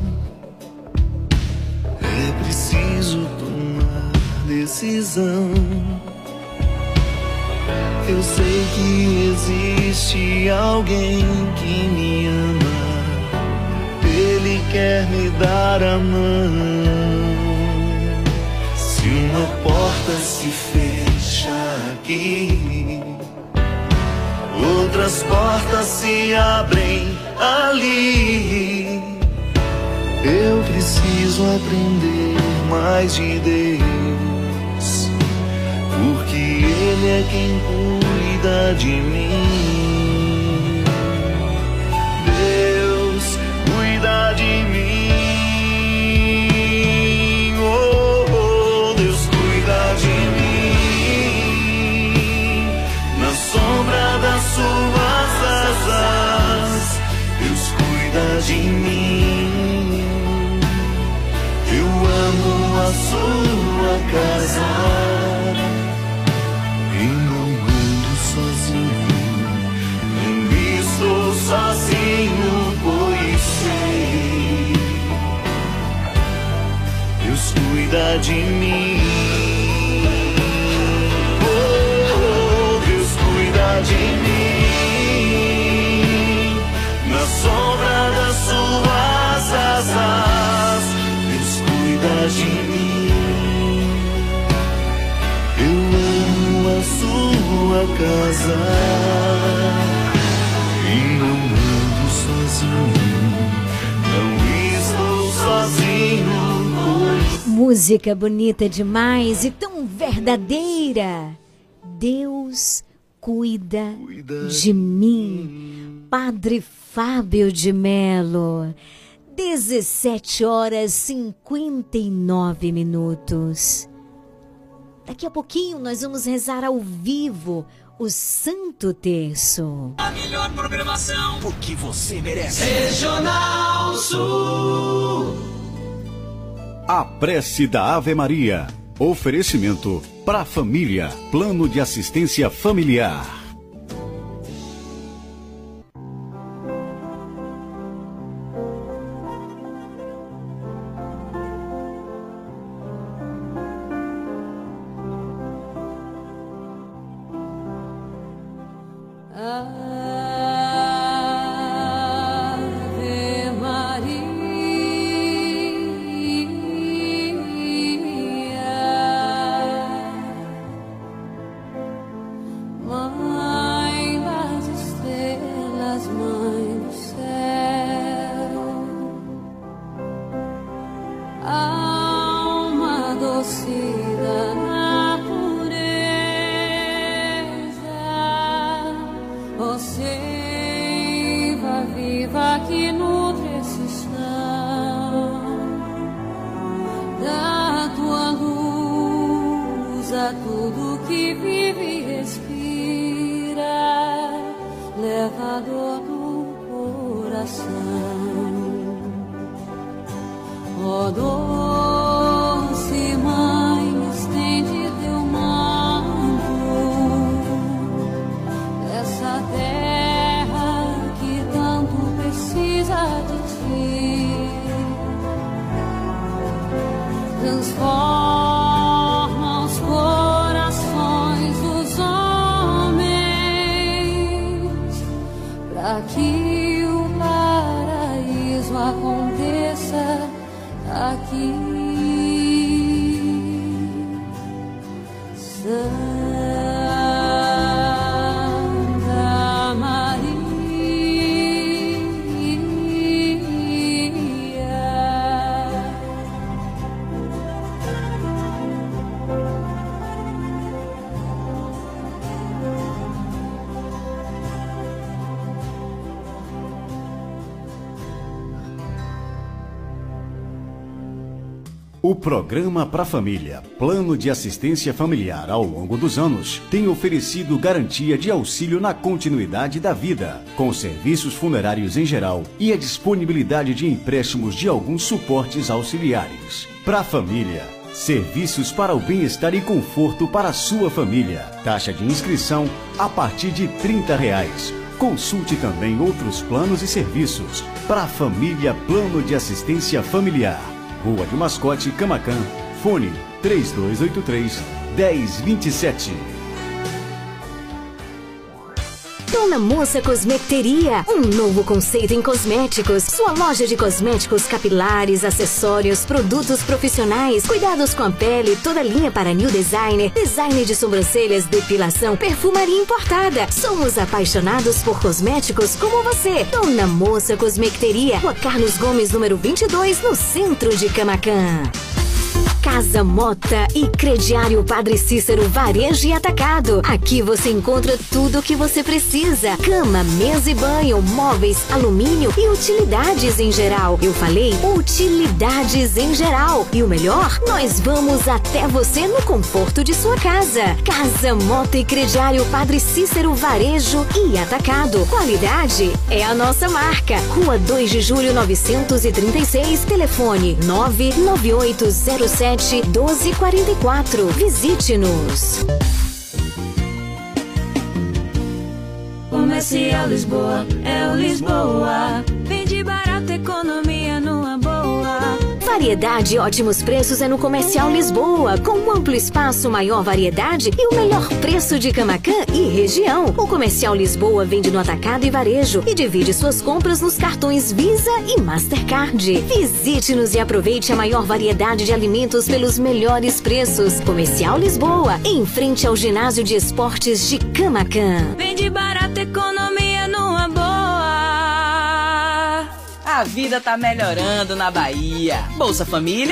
é preciso tomar decisão. Eu sei que existe alguém que me ama, Ele quer me dar a mão. Se uma porta se fecha aqui, outras portas se abrem ali. Eu preciso aprender mais de Deus, porque Ele é quem cuida de mim. Deus cuida de mim. Oh, oh, Deus cuida de mim. Na sombra das suas asas, Deus cuida de mim. Eu amo a sua casa e não ando sozinho. Não estou sozinho, pois sei. Deus cuida de mim. De mim, na sombra das suas asas, Deus cuida de mim. Eu amo a sua casa e não ando sozinho. Não estou sozinho, pois... Música bonita demais e tão verdadeira. Deus cuida de mim. Padre Fábio de Melo. 17h59. Daqui a pouquinho nós vamos rezar ao vivo o Santo Terço. A melhor programação, o que você merece. Regional Sul. A prece da Ave Maria. Oferecimento para a família. Plano de assistência familiar. Ave Maria. 17h60. seiva viva que nutre esse chão, dá tua luz a tudo que vive e respira, leva a dor do coração. Ó doce mãe, estende teu manto, essa terra que tanto precisa de ti, transforma os corações dos homens, para que o paraíso aconteça aqui. Santa Maria, O programa Pra Família, Plano de Assistência Familiar ao longo dos anos, tem oferecido garantia de auxílio na continuidade da vida, com serviços funerários em geral e a disponibilidade de empréstimos de alguns suportes auxiliares. Pra Família, serviços para o bem-estar e conforto para a sua família. Taxa de inscrição a partir de R$30. Consulte também outros planos e serviços. Pra Família, Plano de Assistência Familiar. Rua de Mascote, Camaquã. Fone 3283-1027. Dona Moça Cosmecteria, um novo conceito em cosméticos. Sua loja de cosméticos capilares, acessórios, produtos profissionais, cuidados com a pele, toda linha para new designer, design de sobrancelhas, depilação, perfumaria importada. Somos apaixonados por cosméticos como você. Dona Moça Cosmecteria, Rua Carlos Gomes, número 22, no centro de Camaquã. Casa Mota e Crediário Padre Cícero Varejo e Atacado. Aqui você encontra tudo o que você precisa: cama, mesa e banho, móveis, alumínio e utilidades em geral. Eu falei utilidades em geral. E o melhor, nós vamos até você no conforto de sua casa. Casa Mota e Crediário Padre Cícero Varejo e Atacado. Qualidade é a nossa marca. Rua 2 de Julho 936, telefone 99807 1244. Visite-nos. Comercial Lisboa, é o Lisboa. Vende barato, economia numa boa. Variedade e ótimos preços é no Comercial Lisboa, com um amplo espaço, maior variedade e o melhor preço de Camaquã e região. O Comercial Lisboa vende no atacado e varejo e divide suas compras nos cartões Visa e Mastercard. Visite-nos e aproveite a maior variedade de alimentos pelos melhores preços. Comercial Lisboa, em frente ao Ginásio de Esportes de Camaquã. Vende barato, economia numa boa. A vida tá melhorando na Bahia. Bolsa Família?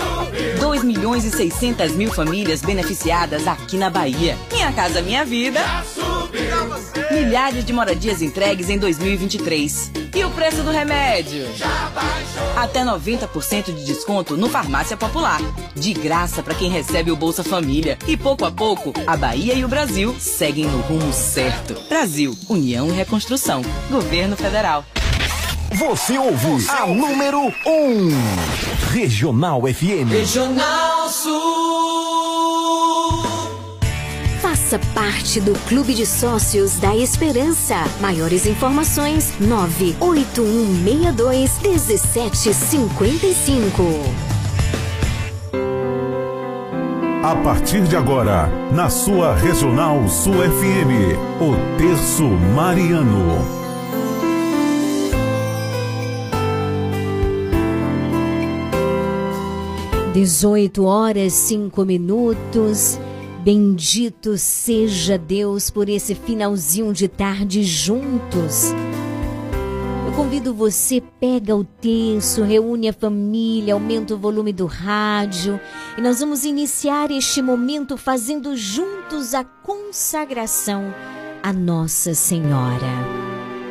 2.600.000 famílias beneficiadas aqui na Bahia. Minha Casa Minha Vida. Milhares de moradias entregues em 2023. E o preço do remédio? Até 90% de desconto no Farmácia Popular. De graça para quem recebe o Bolsa Família. E pouco a pouco, a Bahia e o Brasil seguem no rumo certo. Brasil, União e Reconstrução. Governo Federal. Você ouve a número 1. Regional FM. Regional Sul. Faça parte do Clube de Sócios da Esperança. Maiores informações 981621755. A partir de agora, na sua Regional Sul FM, o Terço Mariano. 18h05. Bendito seja Deus por esse finalzinho de tarde juntos. Eu convido você, pega o terço, reúne a família, aumenta o volume do rádio e nós vamos iniciar este momento fazendo juntos a consagração a Nossa Senhora.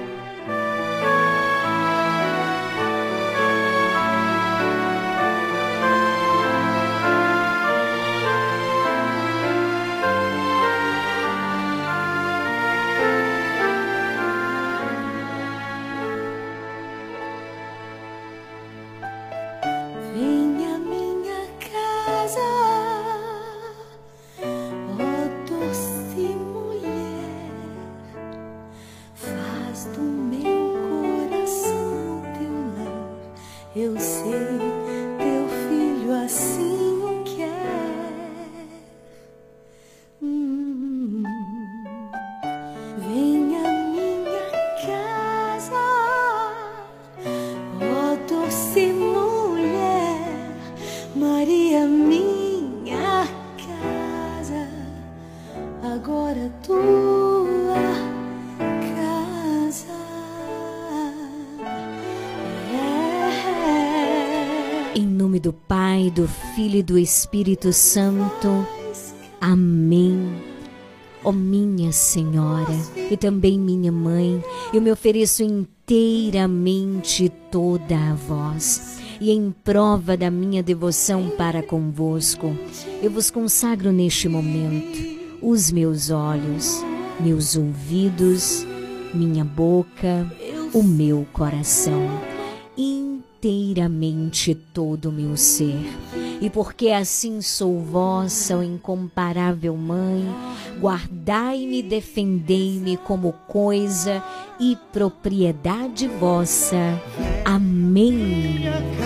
Do Pai, do Filho e do Espírito Santo. Amém. Ó minha Senhora e também minha Mãe, eu me ofereço inteiramente toda a vós, e em prova da minha devoção para convosco, eu vos consagro neste momento os meus olhos, meus ouvidos, minha boca, o meu coração, inteiramente todo o meu ser. E porque assim sou vossa, ó incomparável Mãe, guardai-me e defendei-me como coisa e propriedade vossa. Amém.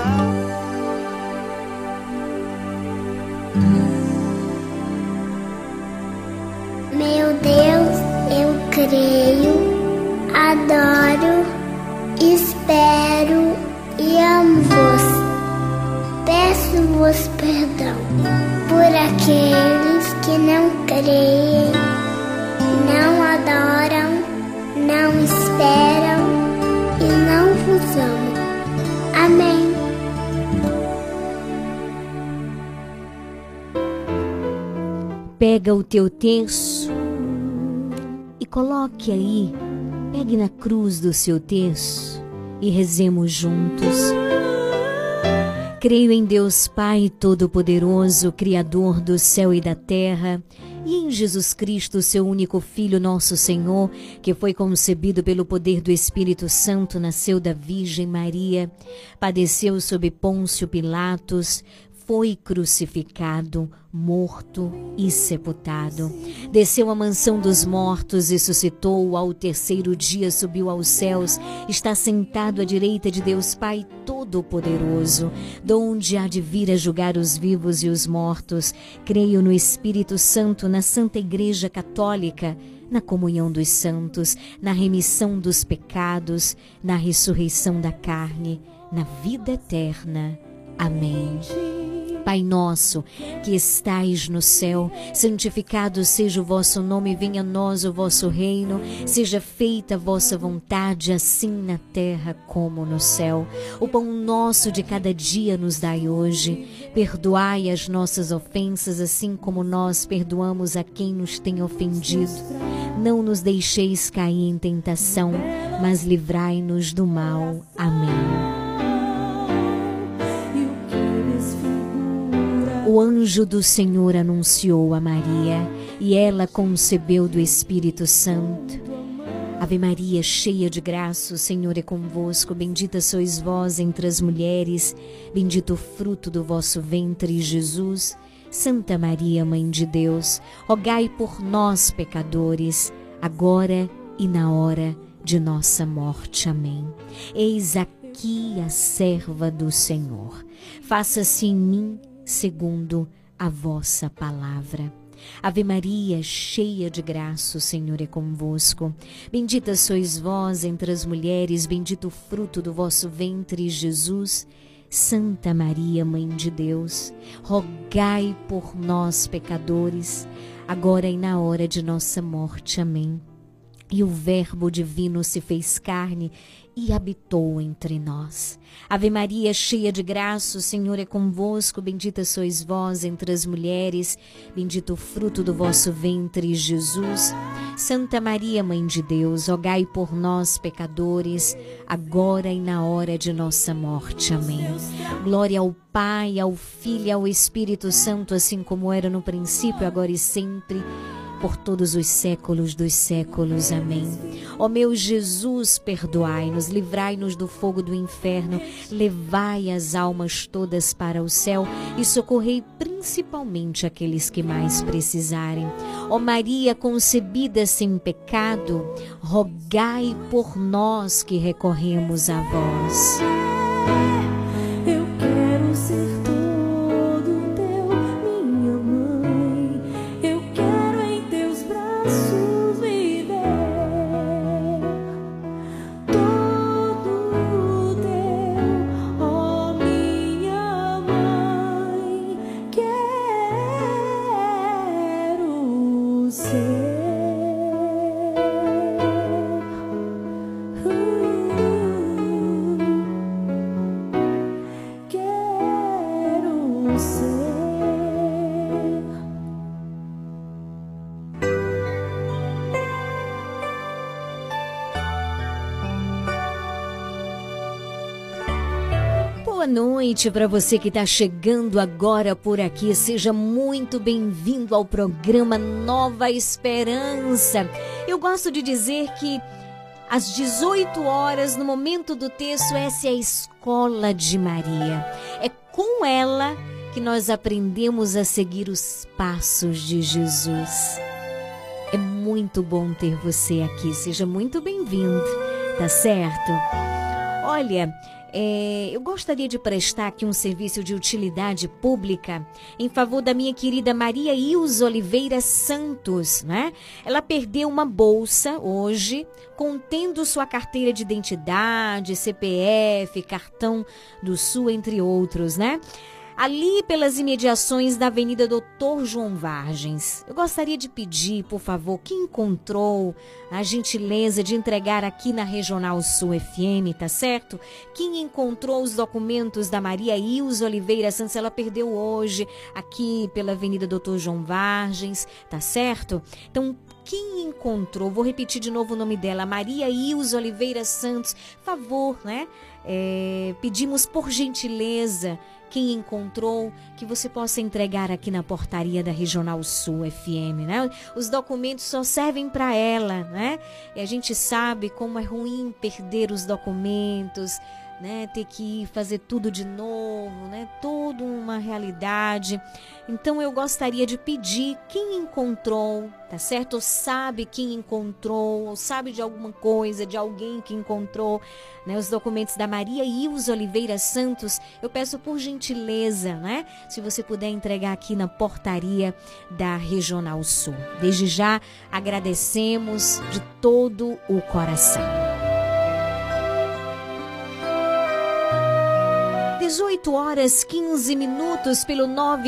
Meu Deus, eu creio, adoro, espero e amo-vos. Peço-vos perdão por aqueles que não creem, não adoram, não esperam e não vos amam. Amém. Pega o teu terço e coloque aí, pegue na cruz do seu terço e rezemos juntos. Creio em Deus Pai Todo-Poderoso, Criador do céu e da terra, e em Jesus Cristo, seu único Filho, nosso Senhor, que foi concebido pelo poder do Espírito Santo, nasceu da Virgem Maria, padeceu sob Pôncio Pilatos, foi crucificado, morto e sepultado. Desceu à mansão dos mortos, ressuscitou, ao terceiro dia subiu aos céus, está sentado à direita de Deus Pai Todo-Poderoso, donde há de vir a julgar os vivos e os mortos. Creio no Espírito Santo, na Santa Igreja Católica, na comunhão dos santos, na remissão dos pecados, na ressurreição da carne, na vida eterna. Amém. Pai nosso, que estais no céu, santificado seja o vosso nome, venha a nós o vosso reino, seja feita a vossa vontade, assim na terra como no céu. O pão nosso de cada dia nos dai hoje. Perdoai as nossas ofensas, assim como nós perdoamos a quem nos tem ofendido. Não nos deixeis cair em tentação, mas livrai-nos do mal. Amém. O anjo do Senhor anunciou a Maria, e ela concebeu do Espírito Santo. Ave Maria, cheia de graça, o Senhor é convosco. Bendita sois vós entre as mulheres, bendito o fruto do vosso ventre, Jesus. Santa Maria, Mãe de Deus, rogai por nós, pecadores, agora e na hora de nossa morte. Amém. Eis aqui a serva do Senhor. Faça-se em mim segundo a vossa palavra. Ave Maria, cheia de graça, o Senhor é convosco. Bendita sois vós entre as mulheres, bendito o fruto do vosso ventre, Jesus. Santa Maria, Mãe de Deus, rogai por nós, pecadores, agora e na hora de nossa morte. Amém. E o Verbo divino se fez carne e habitou entre nós. Ave Maria, cheia de graça, o Senhor é convosco. Bendita sois vós entre as mulheres, bendito o fruto do vosso ventre, Jesus. Santa Maria, Mãe de Deus, rogai por nós, pecadores, agora e na hora de nossa morte. Amém. Glória ao Pai, ao Filho e ao Espírito Santo, assim como era no princípio, agora e sempre, por todos os séculos dos séculos. Amém. Ó meu Jesus, perdoai-nos, livrai-nos do fogo do inferno, levai as almas todas para o céu e socorrei principalmente aqueles que mais precisarem. Ó Maria concebida sem pecado, rogai por nós que recorremos a vós. Eu quero ser todo teu, minha mãe. Eu quero em teus braços viver. Todo teu, ó minha mãe. Quero ser. Quero ser. Boa noite para você que está chegando agora por aqui. Seja muito bem-vindo ao programa Nova Esperança. Eu gosto de dizer que às 18 horas, no momento do texto, essa é a Escola de Maria. É com ela que nós aprendemos a seguir os passos de Jesus. É muito bom ter você aqui. Seja muito bem-vindo, tá certo? Olha, eu gostaria de prestar aqui um serviço de utilidade pública em favor da minha querida Maria Ilza Oliveira Santos, né? Ela perdeu uma bolsa hoje, contendo sua carteira de identidade, CPF, cartão do SUS, entre outros, né? Ali pelas imediações da Avenida Doutor João Vargens. Eu gostaria de pedir, por favor, quem encontrou a gentileza de entregar aqui na Regional Sul FM, tá certo? Quem encontrou os documentos da Maria Ilza Oliveira Santos, ela perdeu hoje aqui pela Avenida Doutor João Vargens, tá certo? Então, quem encontrou, vou repetir de novo o nome dela, Maria Ilza Oliveira Santos, favor, né? Pedimos por gentileza, quem encontrou, que você possa entregar aqui na portaria da Regional Sul FM, né? Os documentos só servem para ela, né? E a gente sabe como é ruim perder os documentos, né? Ter que fazer tudo de novo, né? Toda uma realidade. Então eu gostaria de pedir quem encontrou, tá certo? Ou sabe quem encontrou, ou sabe de alguma coisa, de alguém que encontrou, né, os documentos da Maria Ilza Oliveira Santos, eu peço por gentileza, né? Se você puder entregar aqui na portaria da Regional Sul. Desde já agradecemos de todo o coração. 18 horas 15 minutos pelo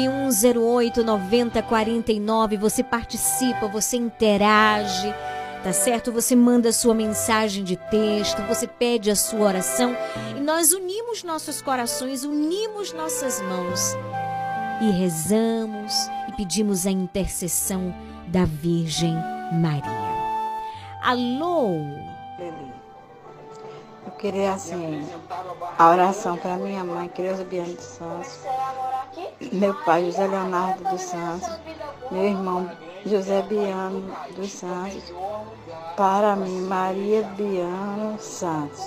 9108-9049. Você participa, você interage, tá certo? Você manda a sua mensagem de texto, você pede a sua oração e nós unimos nossos corações, unimos nossas mãos e rezamos e pedimos a intercessão da Virgem Maria. Alô? Eu queria, assim, a oração para minha mãe, Creuza Biano dos Santos, meu pai, José Leonardo dos Santos, meu irmão, José Biano dos Santos, para mim, Maria Biano Santos.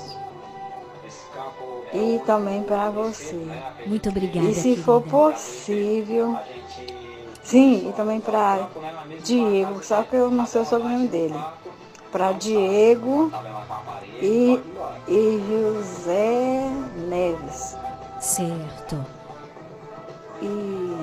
E também para você. Muito obrigada. E se for possível, sim, e também para Diego, só que eu não sei o sobrenome dele. Para Diego e José Neves. Certo. E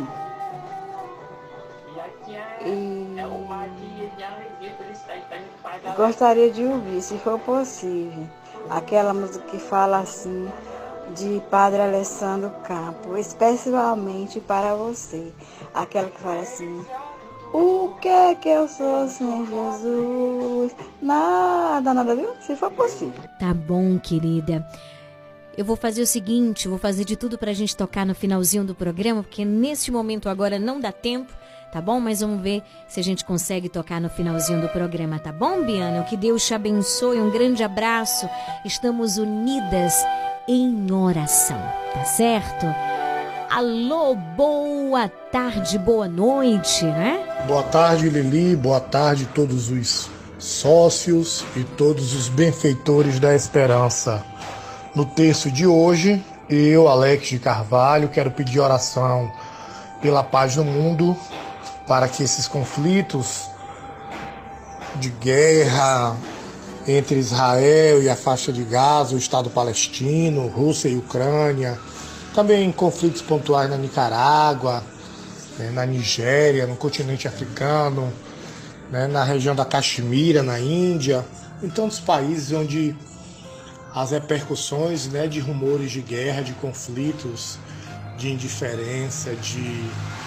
gostaria de ouvir, se for possível, aquela música que fala assim, de Padre Alessandro Campo, especialmente para você. Aquela que fala assim: O que é que eu sou sem Jesus? Nada, viu? Se for possível. Tá bom, querida. Eu vou fazer o seguinte, vou fazer de tudo pra gente tocar no finalzinho do programa, porque neste momento agora não dá tempo, tá bom? Mas vamos ver se a gente consegue tocar no finalzinho do programa, tá bom, Biana? Que Deus te abençoe, um grande abraço. Estamos unidas em oração, tá certo? Alô, boa tarde, boa noite, né? Boa tarde, Lili, boa tarde a todos os sócios e todos os benfeitores da esperança. No texto de hoje, eu, Alex de Carvalho, quero pedir oração pela paz no mundo, para que esses conflitos de guerra entre Israel e a faixa de Gaza, o Estado palestino, Rússia e Ucrânia, também conflitos pontuais na Nicarágua, na Nigéria, no continente africano, na região da Caxemira, na Índia, em tantos países onde as repercussões de rumores de guerra, de conflitos, de indiferença, de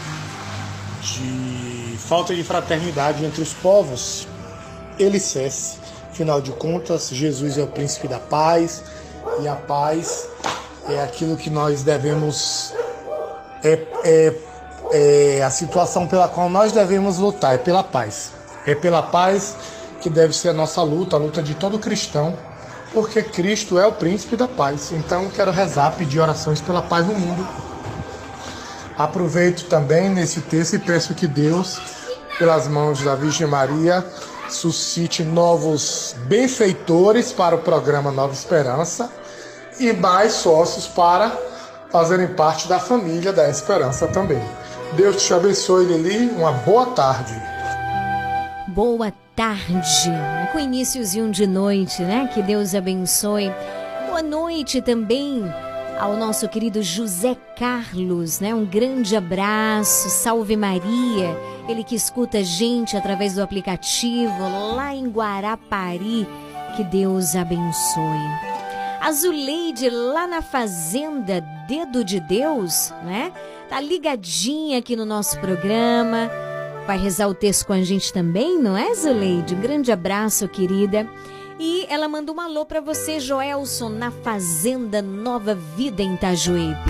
falta de fraternidade entre os povos, ele cesse. Afinal de contas, Jesus é o príncipe da paz, e a paz é aquilo que nós devemos, a situação pela qual nós devemos lutar, é pela paz. É pela paz que deve ser a nossa luta, a luta de todo cristão, porque Cristo é o príncipe da paz. Então quero rezar, pedir orações pela paz no mundo. Aproveito também nesse texto e peço que Deus, pelas mãos da Virgem Maria, suscite novos benfeitores para o programa Nova Esperança e mais sócios para fazerem parte da família da Esperança também. Deus te abençoe, Lili. Uma boa tarde. Boa tarde. Com iniciozinho de noite, né? Que Deus abençoe. Boa noite também ao nosso querido José Carlos, né? Um grande abraço. Salve Maria. Ele que escuta a gente através do aplicativo lá em Guarapari. Que Deus abençoe. A Zuleide lá na Fazenda Dedo de Deus, né? Tá ligadinha aqui no nosso programa. Vai rezar o texto com a gente também, não é, Zuleide? Um grande abraço, querida. E ela mandou um alô pra você, Joelson, na Fazenda Nova Vida em Itajuípe.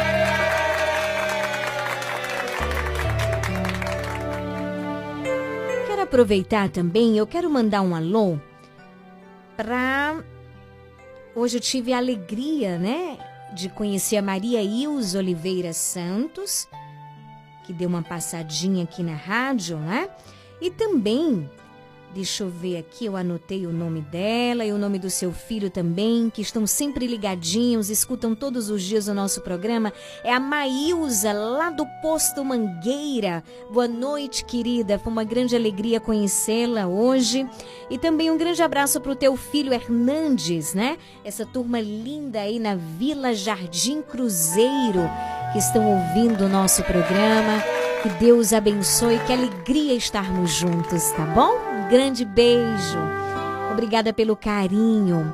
Quero aproveitar também, eu quero mandar um alô pra... Hoje eu tive a alegria, né, de conhecer a Maria Ilza Oliveira Santos, que deu uma passadinha aqui na rádio, né? E também, deixa eu ver aqui, eu anotei o nome dela e o nome do seu filho também, que estão sempre ligadinhos, escutam todos os dias o nosso programa. É a Maílza, lá do Posto Mangueira. Boa noite, querida. Foi uma grande alegria conhecê-la hoje. E também um grande abraço para o teu filho Hernandes, né? Essa turma linda aí na Vila Jardim Cruzeiro, que estão ouvindo o nosso programa. Que Deus abençoe, que alegria estarmos juntos, tá bom? Um grande beijo. Obrigada pelo carinho.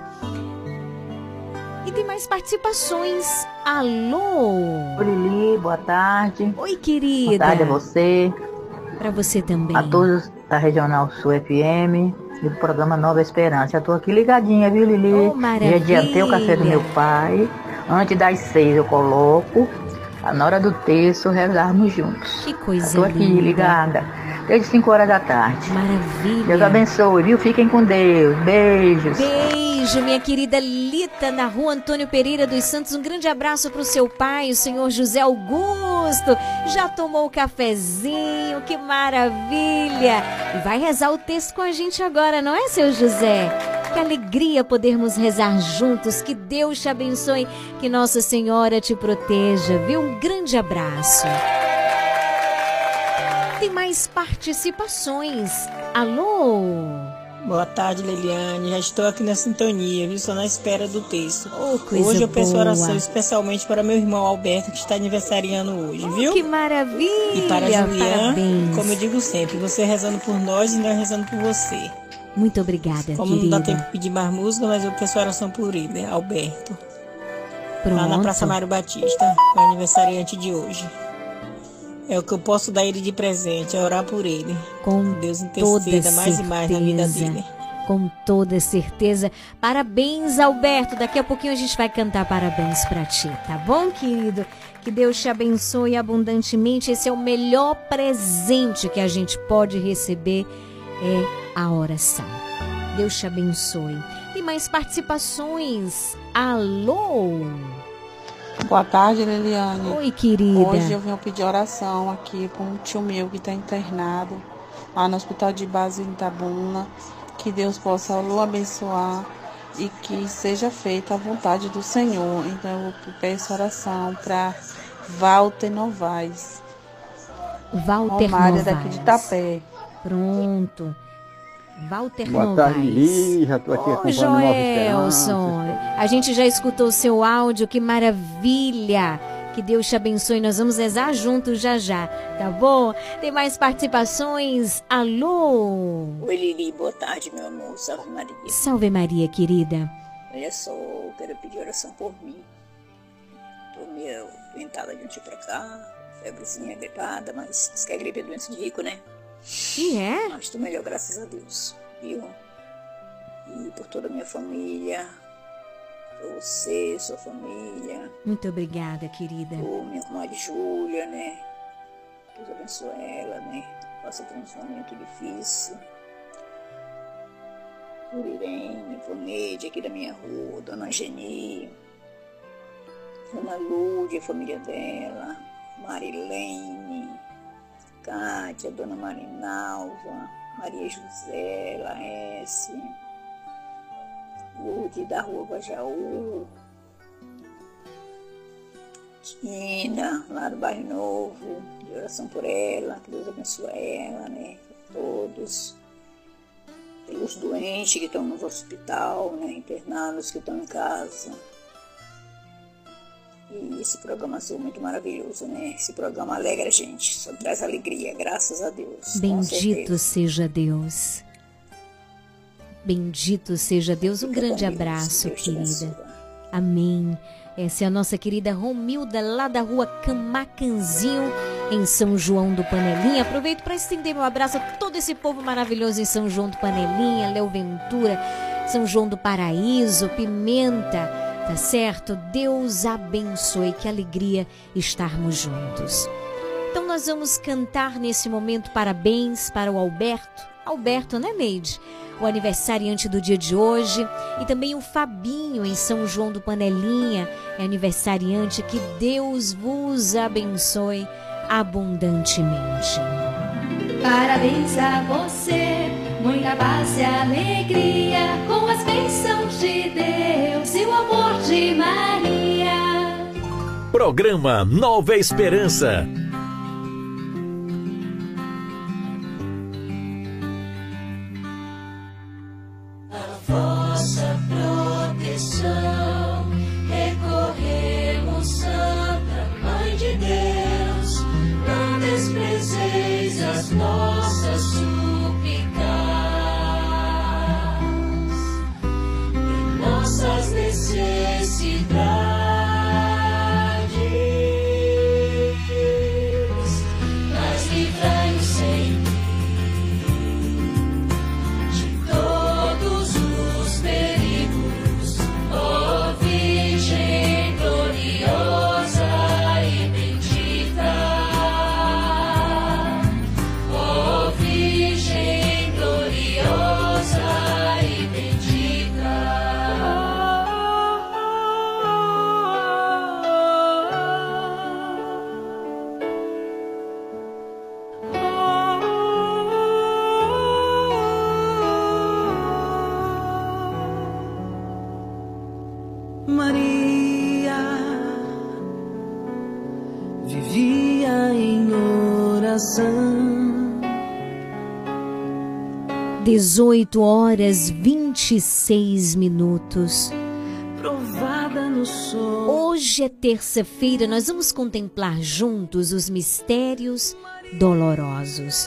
E tem mais participações. Alô? Oi, Lili, boa tarde. Oi, querida. Boa tarde a você. Para você também. A todos da Regional Sul FM e do programa Nova Esperança. Eu tô aqui ligadinha, viu, Lili? Oh, maravilha. Já adiantei o café do meu pai. Antes das 6 eu coloco. Na hora do texto, rezarmos juntos. Que coisa linda. Estou aqui ligada, desde 5 horas da tarde. Maravilha. Deus abençoe, viu? Fiquem com Deus. Beijos. Beijo, minha querida Lita, na Rua Antônio Pereira dos Santos. Um grande abraço para o seu pai, o senhor José Augusto. Já tomou o cafezinho? Que maravilha. E vai rezar o texto com a gente agora, não é, seu José? Que alegria podermos rezar juntos. Que Deus te abençoe. Que Nossa Senhora te proteja, viu? Um grande abraço. Tem mais participações. Alô? Boa tarde, Leliane. Já estou aqui na sintonia, viu? Só na espera do texto. Oh, coisa hoje eu peço boa. oração especialmente para meu irmão Alberto, que está aniversariando hoje, viu? Que maravilha! E para Julián, parabéns. como eu digo sempre, você rezando por nós e nós rezando por você. Muito obrigada, como querida. Não dá tempo de pedir mais música, mas eu peço oração por ele, né? Alberto. Pronto. Lá na Praça Mário Batista, o aniversariante de hoje. É o que eu posso dar ele de presente, é orar por ele. Com Deus toda interceda mais e mais na vida dele. Com toda certeza. Parabéns, Alberto. Daqui a pouquinho a gente vai cantar parabéns pra ti, tá bom, querido? Que Deus te abençoe abundantemente. Esse é o melhor presente que a gente pode receber, é a oração. Deus te abençoe. E mais participações? Alô? Boa tarde, Leliane. Oi, querida. Hoje eu venho pedir oração aqui para um tio meu que está internado lá no Hospital de Base em Itabuna. Que Deus possa o abençoar e que seja feita a vontade do Senhor. Então eu peço oração para Walter Novaes. Walter Romária, Novaes. daqui de Itapé. Pronto. Walter Boa Novaes. tarde, Lili. Já estou aqui Ô, acompanhando Nova Esperança. Joelson, a gente já escutou o seu áudio, que maravilha. Que Deus te abençoe, nós vamos rezar juntos já, tá bom? Tem mais participações? Alô? Oi, Lili, boa tarde, meu amor. Salve Maria. Salve Maria, querida. Olha só, eu quero pedir oração por mim. Tô meio doentada de um dia pra cá, febrezinha gripada, mas diz que a gripe é doença de rico, né? E é? Mas tô melhor, graças a Deus, viu? E por toda a minha família, por você, sua família. Muito obrigada, querida. Por minha comadre Júlia, né? Deus abençoe ela, né? Passa por um momento difícil. Por Irene, por Neide, aqui da minha rua, Dona Geni, Dona Lúdia, a família dela, Marilene, Kátia, Dona Marinalva, Maria José, Laércio, Lúdia da Rua Guajaú, Tina, lá do Bairro Novo, de oração por ela, que Deus abençoe ela, né, todos. Pelos doentes que estão no hospital, né, internados que estão em casa. E esse programa é muito maravilhoso, né? Esse programa alegra a gente, só traz alegria, graças a Deus. Bendito seja Deus. Bendito seja Deus. Um grande abraço, querida. Amém. Essa é a nossa querida Romilda, lá da rua Camacanzinho, em São João do Panelinha. Aproveito para estender meu abraço a todo esse povo maravilhoso em São João do Panelinha, Léo Ventura, São João do Paraíso, Pimenta, tá certo? Deus abençoe, que alegria estarmos juntos. Então nós vamos cantar nesse momento parabéns para o Alberto, né, Neide? O aniversariante do dia de hoje, e também o Fabinho em São João do Panelinha, é aniversariante. Que Deus vos abençoe abundantemente. Parabéns a você, muita paz e alegria, com as bênçãos de Deus e o amor de Maria. Programa Nova Esperança. Vossa proteção, recorremos, Santa Mãe de Deus, não desprezeis as nossas súplicas e nossas necessidades, mas livrai-nos sempre de todos os perigos, ó Virgem gloriosa e bendita, ó Virgem gloriosa e bendita. Maria vivia em oração. 18h26. Provada no sol. Hoje é terça-feira, nós vamos contemplar juntos os mistérios dolorosos.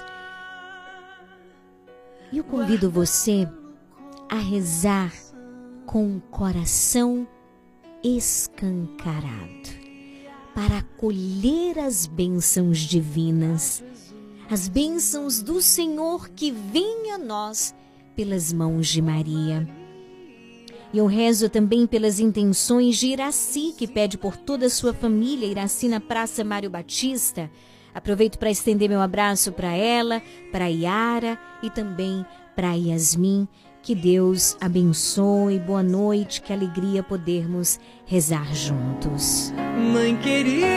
E eu convido você a rezar com o coração escancarado. para acolher as bênçãos divinas, as bênçãos do Senhor que vêm a nós pelas mãos de Maria. E eu rezo também pelas intenções de Iraci, que pede por toda a sua família, Iraci na Praça Mário Batista. Aproveito para estender meu abraço para ela, para a Yara e também para a Yasmin. Que Deus abençoe, boa noite, que alegria podermos rezar juntos. Mãe querida,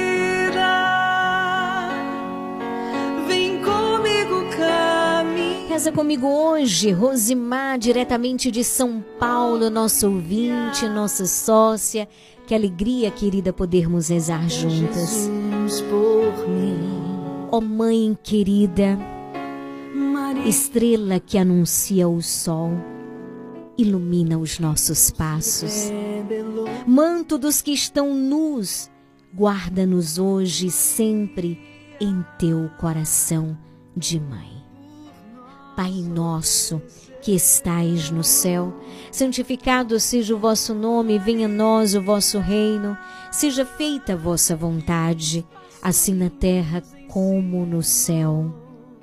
vem comigo caminhar. Reza comigo hoje, Rosimar, diretamente de São Paulo, nossa ouvinte, nossa sócia. Que alegria, querida, podermos rezar juntas. Ó Mãe querida, estrela que anuncia o sol, ilumina os nossos passos. Manto dos que estão nus, guarda-nos hoje e sempre em teu coração de mãe. Pai nosso que estais no céu, santificado seja o vosso nome, venha a nós o vosso reino, seja feita a vossa vontade, assim na terra como no céu.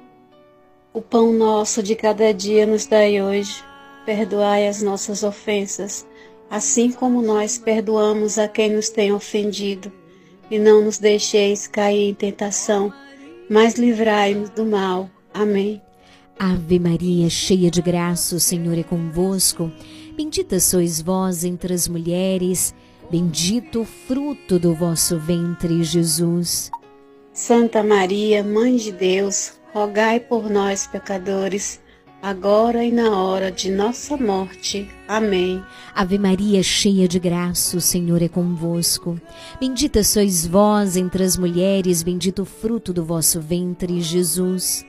O pão nosso de cada dia nos dai hoje. Perdoai as nossas ofensas, assim como nós perdoamos a quem nos tem ofendido. E não nos deixeis cair em tentação, mas livrai-nos do mal. Amém. Ave Maria, cheia de graça, o Senhor é convosco. Bendita sois vós entre as mulheres, bendito o fruto do vosso ventre, Jesus. Santa Maria, Mãe de Deus, rogai por nós, pecadores, agora e na hora de nossa morte. Amém. Ave Maria, cheia de graça, o Senhor é convosco. Bendita sois vós entre as mulheres, bendito o fruto do vosso ventre, Jesus.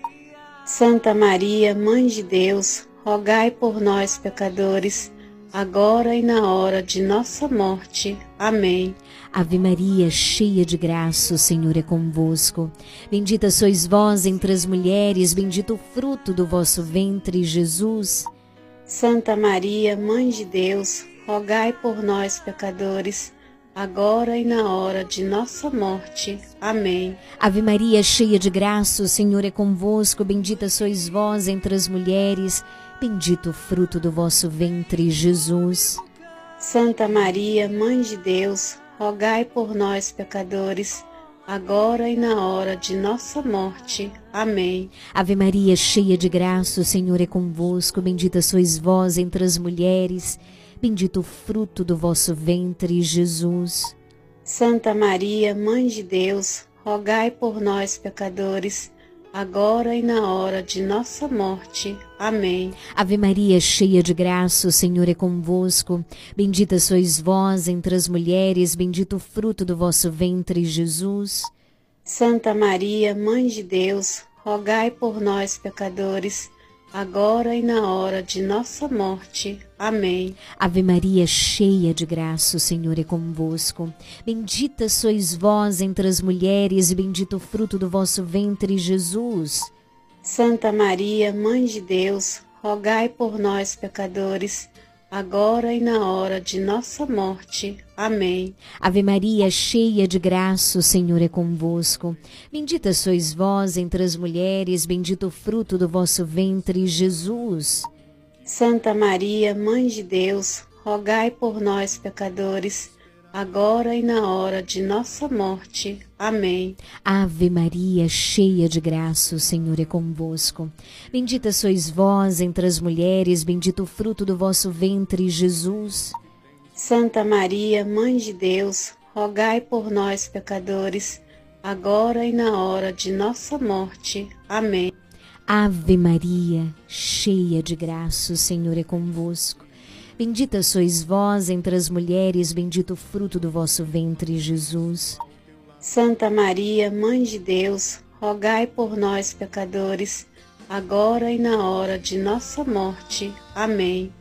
Santa Maria, Mãe de Deus, rogai por nós, pecadores, agora e na hora de nossa morte. Amém. Ave Maria, cheia de graça, o Senhor é convosco. Bendita sois vós entre as mulheres, bendito o fruto do vosso ventre, Jesus. Santa Maria, Mãe de Deus, rogai por nós, pecadores, agora e na hora de nossa morte. Amém. Ave Maria, cheia de graça, o Senhor é convosco. Bendita sois vós entre as mulheres, bendito o fruto do vosso ventre, Jesus. Santa Maria, Mãe de Deus, rogai por nós, pecadores, agora e na hora de nossa morte. Amém. Ave Maria, cheia de graça, o Senhor é convosco. Bendita sois vós entre as mulheres, bendito o fruto do vosso ventre, Jesus. Santa Maria, Mãe de Deus, rogai por nós, pecadores, agora e na hora de nossa morte. Amém. Ave Maria, cheia de graça, o Senhor é convosco. Bendita sois vós entre as mulheres, bendito o fruto do vosso ventre, Jesus. Santa Maria, Mãe de Deus, rogai por nós, pecadores, agora e na hora de nossa morte. Amém. Ave Maria, cheia de graça, o Senhor é convosco. Bendita sois vós entre as mulheres, e bendito o fruto do vosso ventre, Jesus. Santa Maria, Mãe de Deus, rogai por nós, pecadores, agora e na hora de nossa morte. Amém. Ave Maria, cheia de graça, o Senhor é convosco. Bendita sois vós entre as mulheres, bendito o fruto do vosso ventre, Jesus. Santa Maria, Mãe de Deus, rogai por nós, pecadores, agora e na hora de nossa morte. Amém. Ave Maria, cheia de graça, o Senhor é convosco. Bendita sois vós entre as mulheres, bendito o fruto do vosso ventre, Jesus. Santa Maria, Mãe de Deus, rogai por nós, pecadores, agora e na hora de nossa morte. Amém. Ave Maria, cheia de graça, o Senhor é convosco. Bendita sois vós entre as mulheres, bendito o fruto do vosso ventre, Jesus. Santa Maria, Mãe de Deus, rogai por nós, pecadores, agora e na hora de nossa morte. Amém.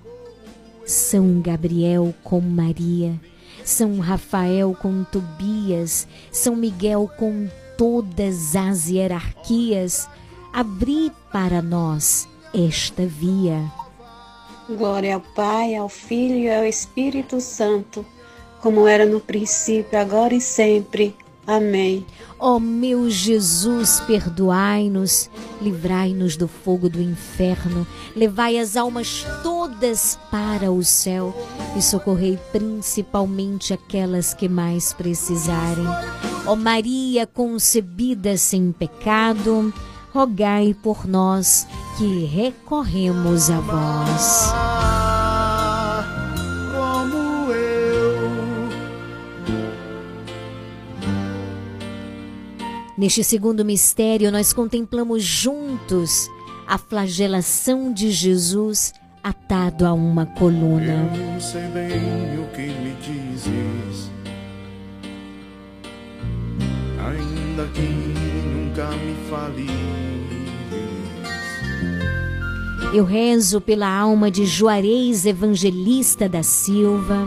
São Gabriel com Maria, São Rafael com Tobias, São Miguel com todas as hierarquias, abri para nós esta via. Glória ao Pai, ao Filho e ao Espírito Santo, como era no princípio, agora e sempre. Amém. Ó meu Jesus, perdoai-nos, livrai-nos do fogo do inferno, levai as almas todas para o céu e socorrei principalmente aquelas que mais precisarem. Ó Maria concebida sem pecado, rogai por nós que recorremos a vós. Neste segundo mistério, nós contemplamos juntos a flagelação de Jesus atado a uma coluna. Eu não sei bem o que me dizes, ainda que nunca me fales. Eu rezo pela alma de Juarez Evangelista da Silva,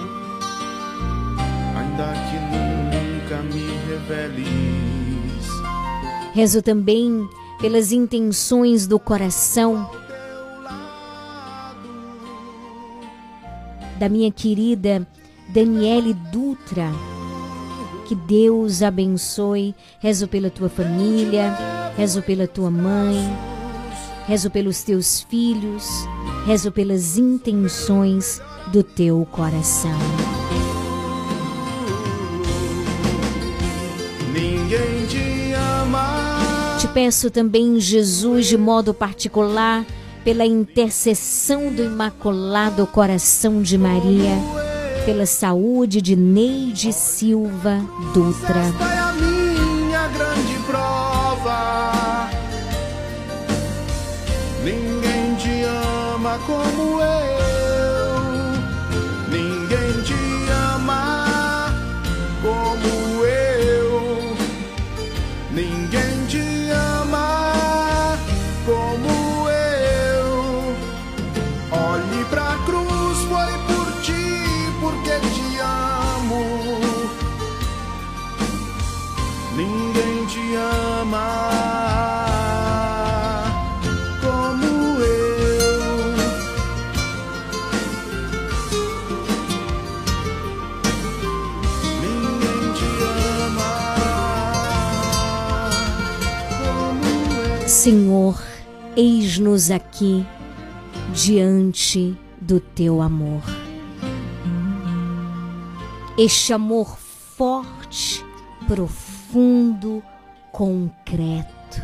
ainda que nunca me reveles. Rezo também pelas intenções do coração da minha querida Daniele Dutra. Que Deus abençoe. Rezo pela tua família, rezo pela tua mãe, rezo pelos teus filhos, rezo pelas intenções do teu coração. Ninguém te ama. Te peço também, Jesus, de modo particular, pela intercessão do Imaculado Coração de Maria, pela saúde de Neide Silva Dutra. Esta é a minha grande prova. Ninguém te ama como eu. Ninguém te ama como eu. Ninguém te ama como eu. Olhe pra cruz, foi por ti, porque te amo. Ninguém te ama como eu. Ninguém te ama como eu. Senhor, eis-nos aqui diante do teu amor. Este amor forte, profundo, concreto.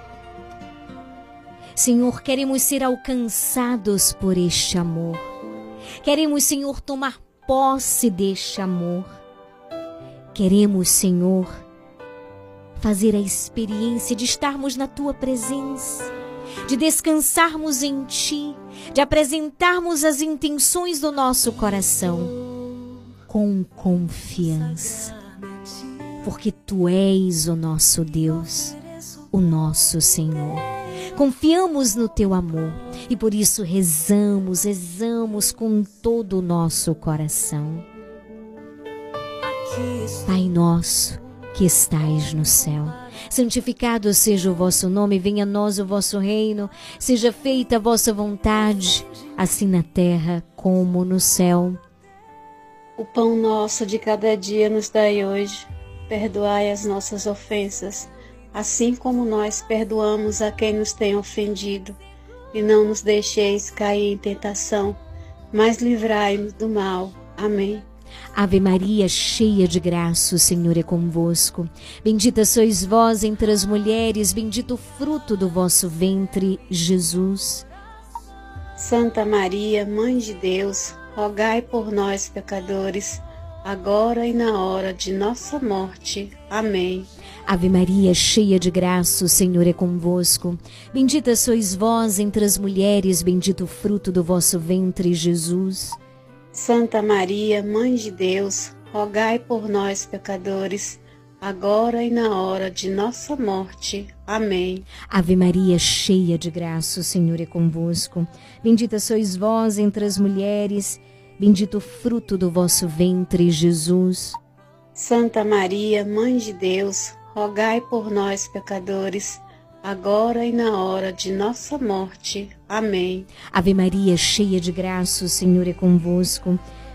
Senhor, queremos ser alcançados por este amor. Queremos, Senhor, tomar posse deste amor. Queremos, Senhor, fazer a experiência de estarmos na tua presença, de descansarmos em ti, de apresentarmos as intenções do nosso coração com confiança, porque tu és o nosso Deus, o nosso Senhor. Confiamos no teu amor e por isso rezamos com todo o nosso coração. Pai nosso que estais no céu, santificado seja o vosso nome, venha a nós o vosso reino, seja feita a vossa vontade, assim na terra como no céu. O pão nosso de cada dia nos dai hoje. Perdoai as nossas ofensas, assim como nós perdoamos a quem nos tem ofendido. E não nos deixeis cair em tentação, mas livrai-nos do mal. Amém. Ave Maria, cheia de graça, o Senhor é convosco. Bendita sois vós entre as mulheres, bendito o fruto do vosso ventre, Jesus. Santa Maria, Mãe de Deus, rogai por nós, pecadores, agora e na hora de nossa morte. Amém. Ave Maria, cheia de graça, o Senhor é convosco. Bendita sois vós entre as mulheres, bendito o fruto do vosso ventre, Jesus. Santa Maria, Mãe de Deus, rogai por nós, pecadores, agora e na hora de nossa morte. Amém. Ave Maria, cheia de graça, o Senhor é convosco. Bendita sois vós entre as mulheres, bendito o fruto do vosso ventre, Jesus. Santa Maria, Mãe de Deus, rogai por nós, pecadores, agora e na hora de nossa morte. Amém. Ave Maria, cheia de graça, o Senhor é convosco.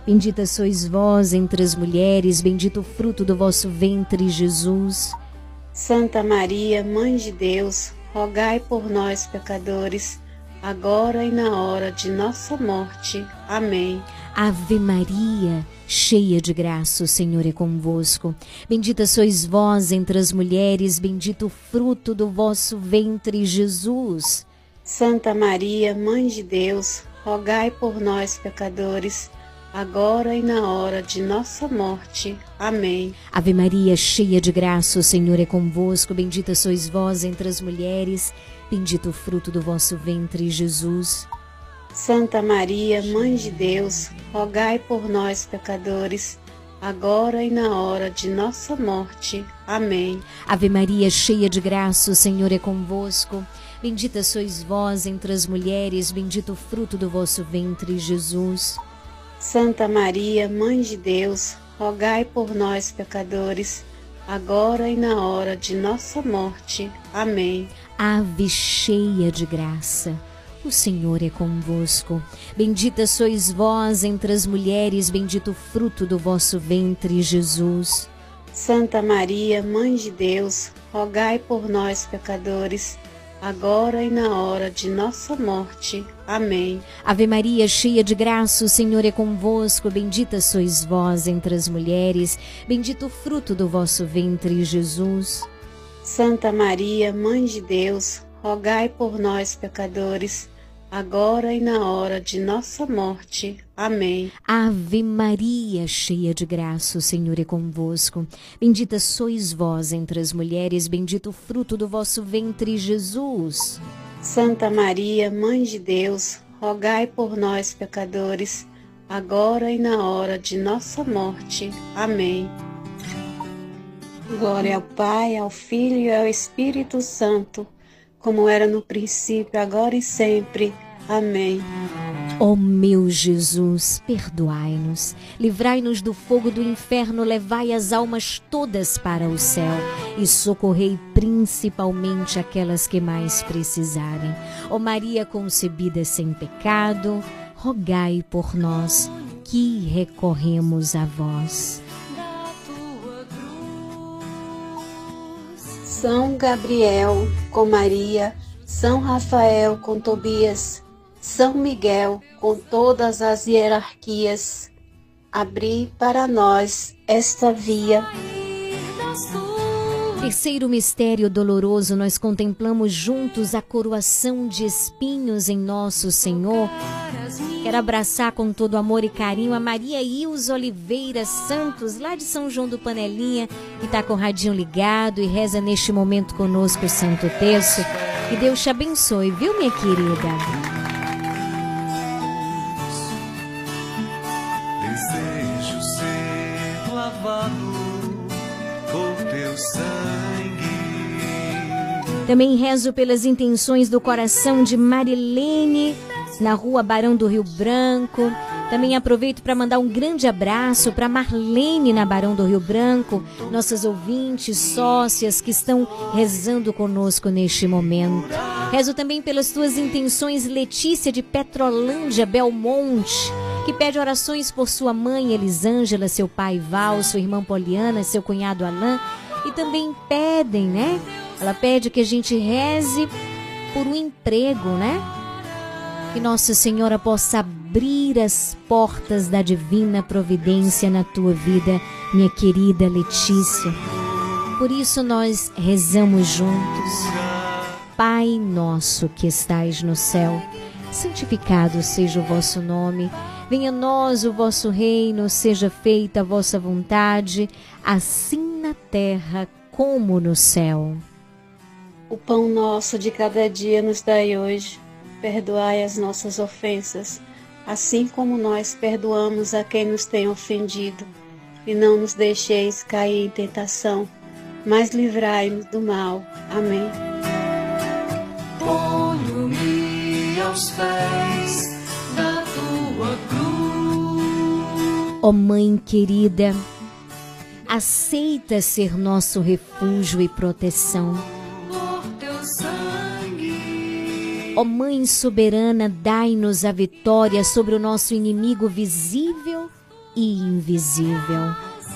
Bendita sois vós entre as mulheres, bendito o fruto do vosso ventre, Jesus. Santa Maria, Mãe de Deus, rogai por nós, pecadores, agora e na hora de nossa morte. Amém. Ave Maria, cheia de graça, o Senhor é convosco. Bendita sois vós entre as mulheres, bendito o fruto do vosso ventre, Jesus. Santa Maria, Mãe de Deus, rogai por nós, pecadores, agora e na hora de nossa morte. Amém. Ave Maria, cheia de graça, o Senhor é convosco. Bendita sois vós entre as mulheres, bendito o fruto do vosso ventre, Jesus. Santa Maria, Mãe de Deus, rogai por nós, pecadores, agora e na hora de nossa morte. Amém. Ave Maria, cheia de graça, o Senhor é convosco. Bendita sois vós entre as mulheres, bendito o fruto do vosso ventre, Jesus. Santa Maria, Mãe de Deus, rogai por nós, pecadores, agora e na hora de nossa morte. Amém. Ave cheia de graça, o Senhor é convosco. Bendita sois vós entre as mulheres, bendito o fruto do vosso ventre, Jesus. Santa Maria, Mãe de Deus, rogai por nós, pecadores, agora e na hora de nossa morte. Amém. Ave Maria, cheia de graça, o Senhor é convosco. Bendita sois vós entre as mulheres, bendito o fruto do vosso ventre, Jesus. Santa Maria, Mãe de Deus, rogai por nós, pecadores, agora e na hora de nossa morte. Amém. Ave Maria, cheia de graça, o Senhor é convosco. Bendita sois vós entre as mulheres, bendito o fruto do vosso ventre, Jesus. Santa Maria, Mãe de Deus, rogai por nós, pecadores, agora e na hora de nossa morte. Amém. Glória ao Pai, ao Filho e ao Espírito Santo, como era no princípio, agora e sempre. Amém. Ó meu Jesus, perdoai-nos, livrai-nos do fogo do inferno, levai as almas todas para o céu e socorrei principalmente aquelas que mais precisarem. Ó Maria concebida sem pecado, rogai por nós que recorremos a vós. São Gabriel com Maria, São Rafael com Tobias, São Miguel com todas as hierarquias, abri para nós esta via. Terceiro mistério doloroso, nós contemplamos juntos a coroação de espinhos em nosso Senhor. Quero abraçar com todo amor e carinho a Maria Ilza Oliveira Santos, lá de São João do Panelinha, que está com o radinho ligado e reza neste momento conosco o Santo Terço. Que Deus te abençoe, viu, minha querida? Desejo ser lavado por teu sangue. Também rezo pelas intenções do coração de Marilene, na rua Barão do Rio Branco. Também aproveito para mandar um grande abraço para Marlene, na Barão do Rio Branco, nossas ouvintes, sócias que estão rezando conosco neste momento. Rezo também pelas tuas intenções, Letícia de Petrolândia, Belmonte, que pede orações por sua mãe Elisângela, seu pai Val, sua irmã Poliana, seu cunhado Alain, e também pedem, né? Ela pede que a gente reze por um emprego, né? Que Nossa Senhora possa abrir as portas da divina providência na tua vida, minha querida Letícia. Por isso nós rezamos juntos. Pai nosso que estais no céu, santificado seja o vosso nome. Venha a nós o vosso reino, seja feita a vossa vontade, assim na terra como no céu. O pão nosso de cada dia nos dai hoje. Perdoai as nossas ofensas, assim como nós perdoamos a quem nos tem ofendido. E não nos deixeis cair em tentação, mas livrai-nos do mal. Amém. Ponho-me aos pés da tua cruz. Ó Mãe querida, aceita ser nosso refúgio e proteção. Ó Mãe soberana, dai-nos a vitória sobre o nosso inimigo visível e invisível.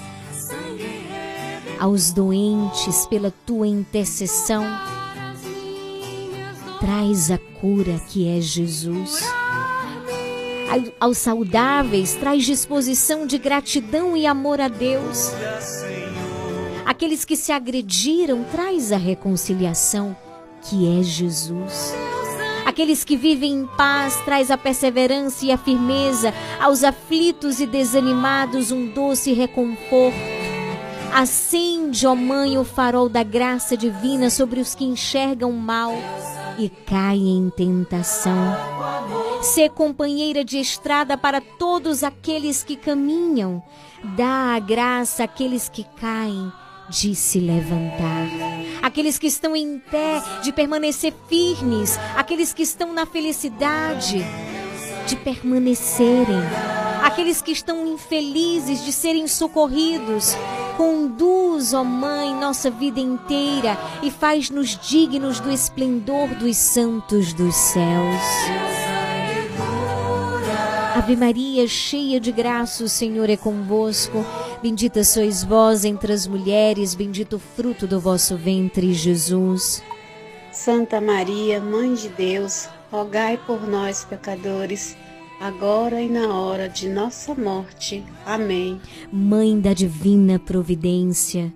Aos doentes, pela tua intercessão, traz a cura que é Jesus. Aos saudáveis, traz disposição de gratidão e amor a Deus. Aqueles que se agrediram, traz a reconciliação que é Jesus. Aqueles que vivem em paz, traz a perseverança e a firmeza. Aos aflitos e desanimados, um doce reconforto. Acende, ó Mãe, o farol da graça divina sobre os que enxergam mal e caem em tentação. Sê companheira de estrada para todos aqueles que caminham. Dá a graça àqueles que caem de se levantar. Aqueles que estão em pé, de permanecer firmes. Aqueles que estão na felicidade, de permanecerem. Aqueles que estão infelizes, de serem socorridos. Conduz, ó Mãe, nossa vida inteira e faz-nos dignos do esplendor dos santos dos céus. Ave Maria, cheia de graça, o Senhor é convosco. Bendita sois vós entre as mulheres, bendito o fruto do vosso ventre, Jesus. Santa Maria, Mãe de Deus, rogai por nós, pecadores, agora e na hora de nossa morte. Amém. Mãe da divina providência,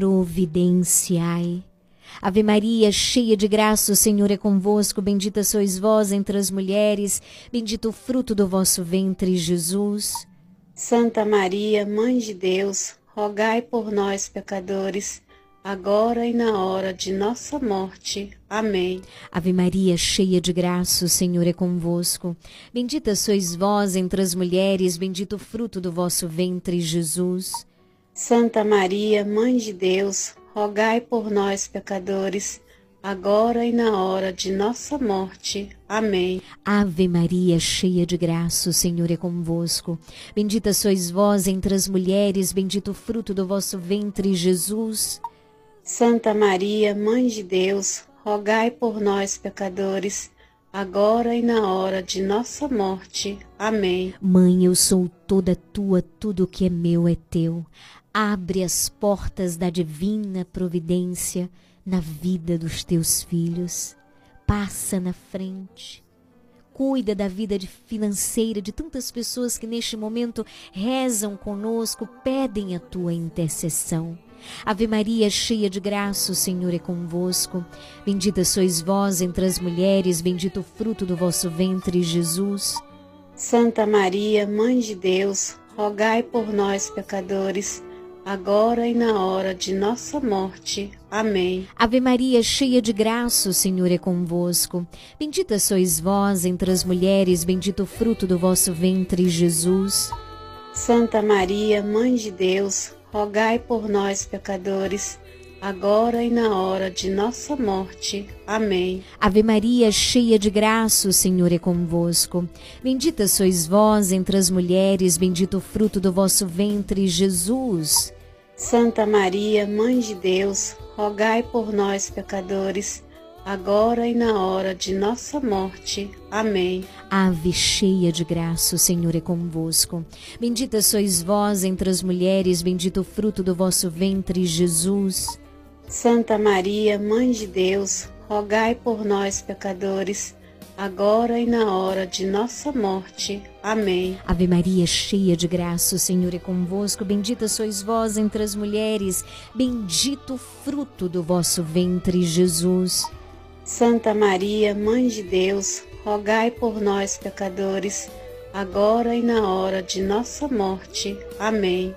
providenciai. Ave Maria, cheia de graça, o Senhor é convosco. Bendita sois vós entre as mulheres, bendito o fruto do vosso ventre, Jesus. Santa Maria, Mãe de Deus, rogai por nós, pecadores, agora e na hora de nossa morte. Amém. Ave Maria, cheia de graça, o Senhor é convosco. Bendita sois vós entre as mulheres, bendito o fruto do vosso ventre, Jesus. Santa Maria, Mãe de Deus, rogai por nós, pecadores, agora e na hora de nossa morte. Amém. Ave Maria, cheia de graça, o Senhor é convosco. Bendita sois vós entre as mulheres, bendito o fruto do vosso ventre, Jesus. Santa Maria, Mãe de Deus, rogai por nós, pecadores, agora e na hora de nossa morte. Amém. Mãe, eu sou toda tua, tudo que é meu é teu. Abre as portas da divina providência na vida dos teus filhos. Passa na frente. Cuida da vida financeira de tantas pessoas que neste momento rezam conosco, pedem a tua intercessão. Ave Maria, cheia de graça, o Senhor é convosco. Bendita sois vós entre as mulheres, bendito o fruto do vosso ventre, Jesus. Santa Maria, Mãe de Deus, rogai por nós, pecadores, agora e na hora de nossa morte. Amém. Ave Maria, cheia de graça, o Senhor é convosco. Bendita sois vós entre as mulheres, bendito o fruto do vosso ventre, Jesus. Santa Maria, Mãe de Deus, rogai por nós, pecadores, agora e na hora de nossa morte. Amém. Ave Maria, cheia de graça, o Senhor é convosco. Bendita sois vós entre as mulheres, bendito o fruto do vosso ventre, Jesus. Santa Maria, Mãe de Deus, rogai por nós, pecadores, agora e na hora de nossa morte. Amém. Ave cheia de graça, o Senhor é convosco. Bendita sois vós entre as mulheres, bendito o fruto do vosso ventre, Jesus. Santa Maria, Mãe de Deus, rogai por nós, pecadores, agora e na hora de nossa morte. Amém. Ave Maria, cheia de graça, o Senhor é convosco. Bendita sois vós entre as mulheres, bendito o fruto do vosso ventre, Jesus. Santa Maria, Mãe de Deus, rogai por nós, pecadores, agora e na hora de nossa morte. Amém.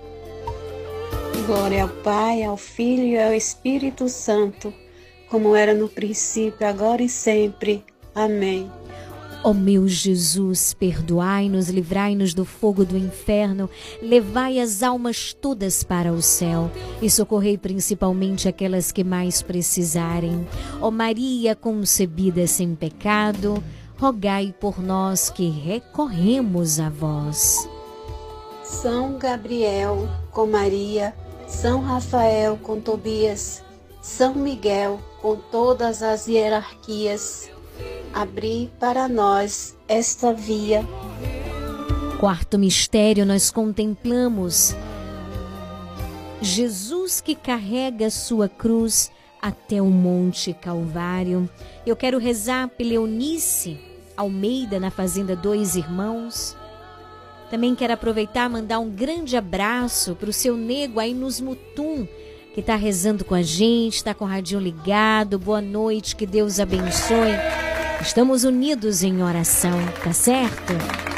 Glória ao Pai, ao Filho e ao Espírito Santo, como era no princípio, agora e sempre. Amém. Ó meu Jesus, perdoai-nos, livrai-nos do fogo do inferno, levai as almas todas para o céu e socorrei principalmente aquelas que mais precisarem. Ó Maria concebida sem pecado, rogai por nós que recorremos a vós. São Gabriel com Maria, São Rafael com Tobias, São Miguel com todas as hierarquias, abri para nós esta via. quarto mistério, nós contemplamos Jesus que carrega sua cruz até o Monte Calvário. Eu quero rezar pela Eunice Almeida, na Fazenda Dois Irmãos. Também quero aproveitar e mandar um grande abraço para o seu nego aí nos Mutum, que está rezando com a gente, está com o radinho ligado. Boa noite, que Deus abençoe. Estamos unidos em oração, tá certo?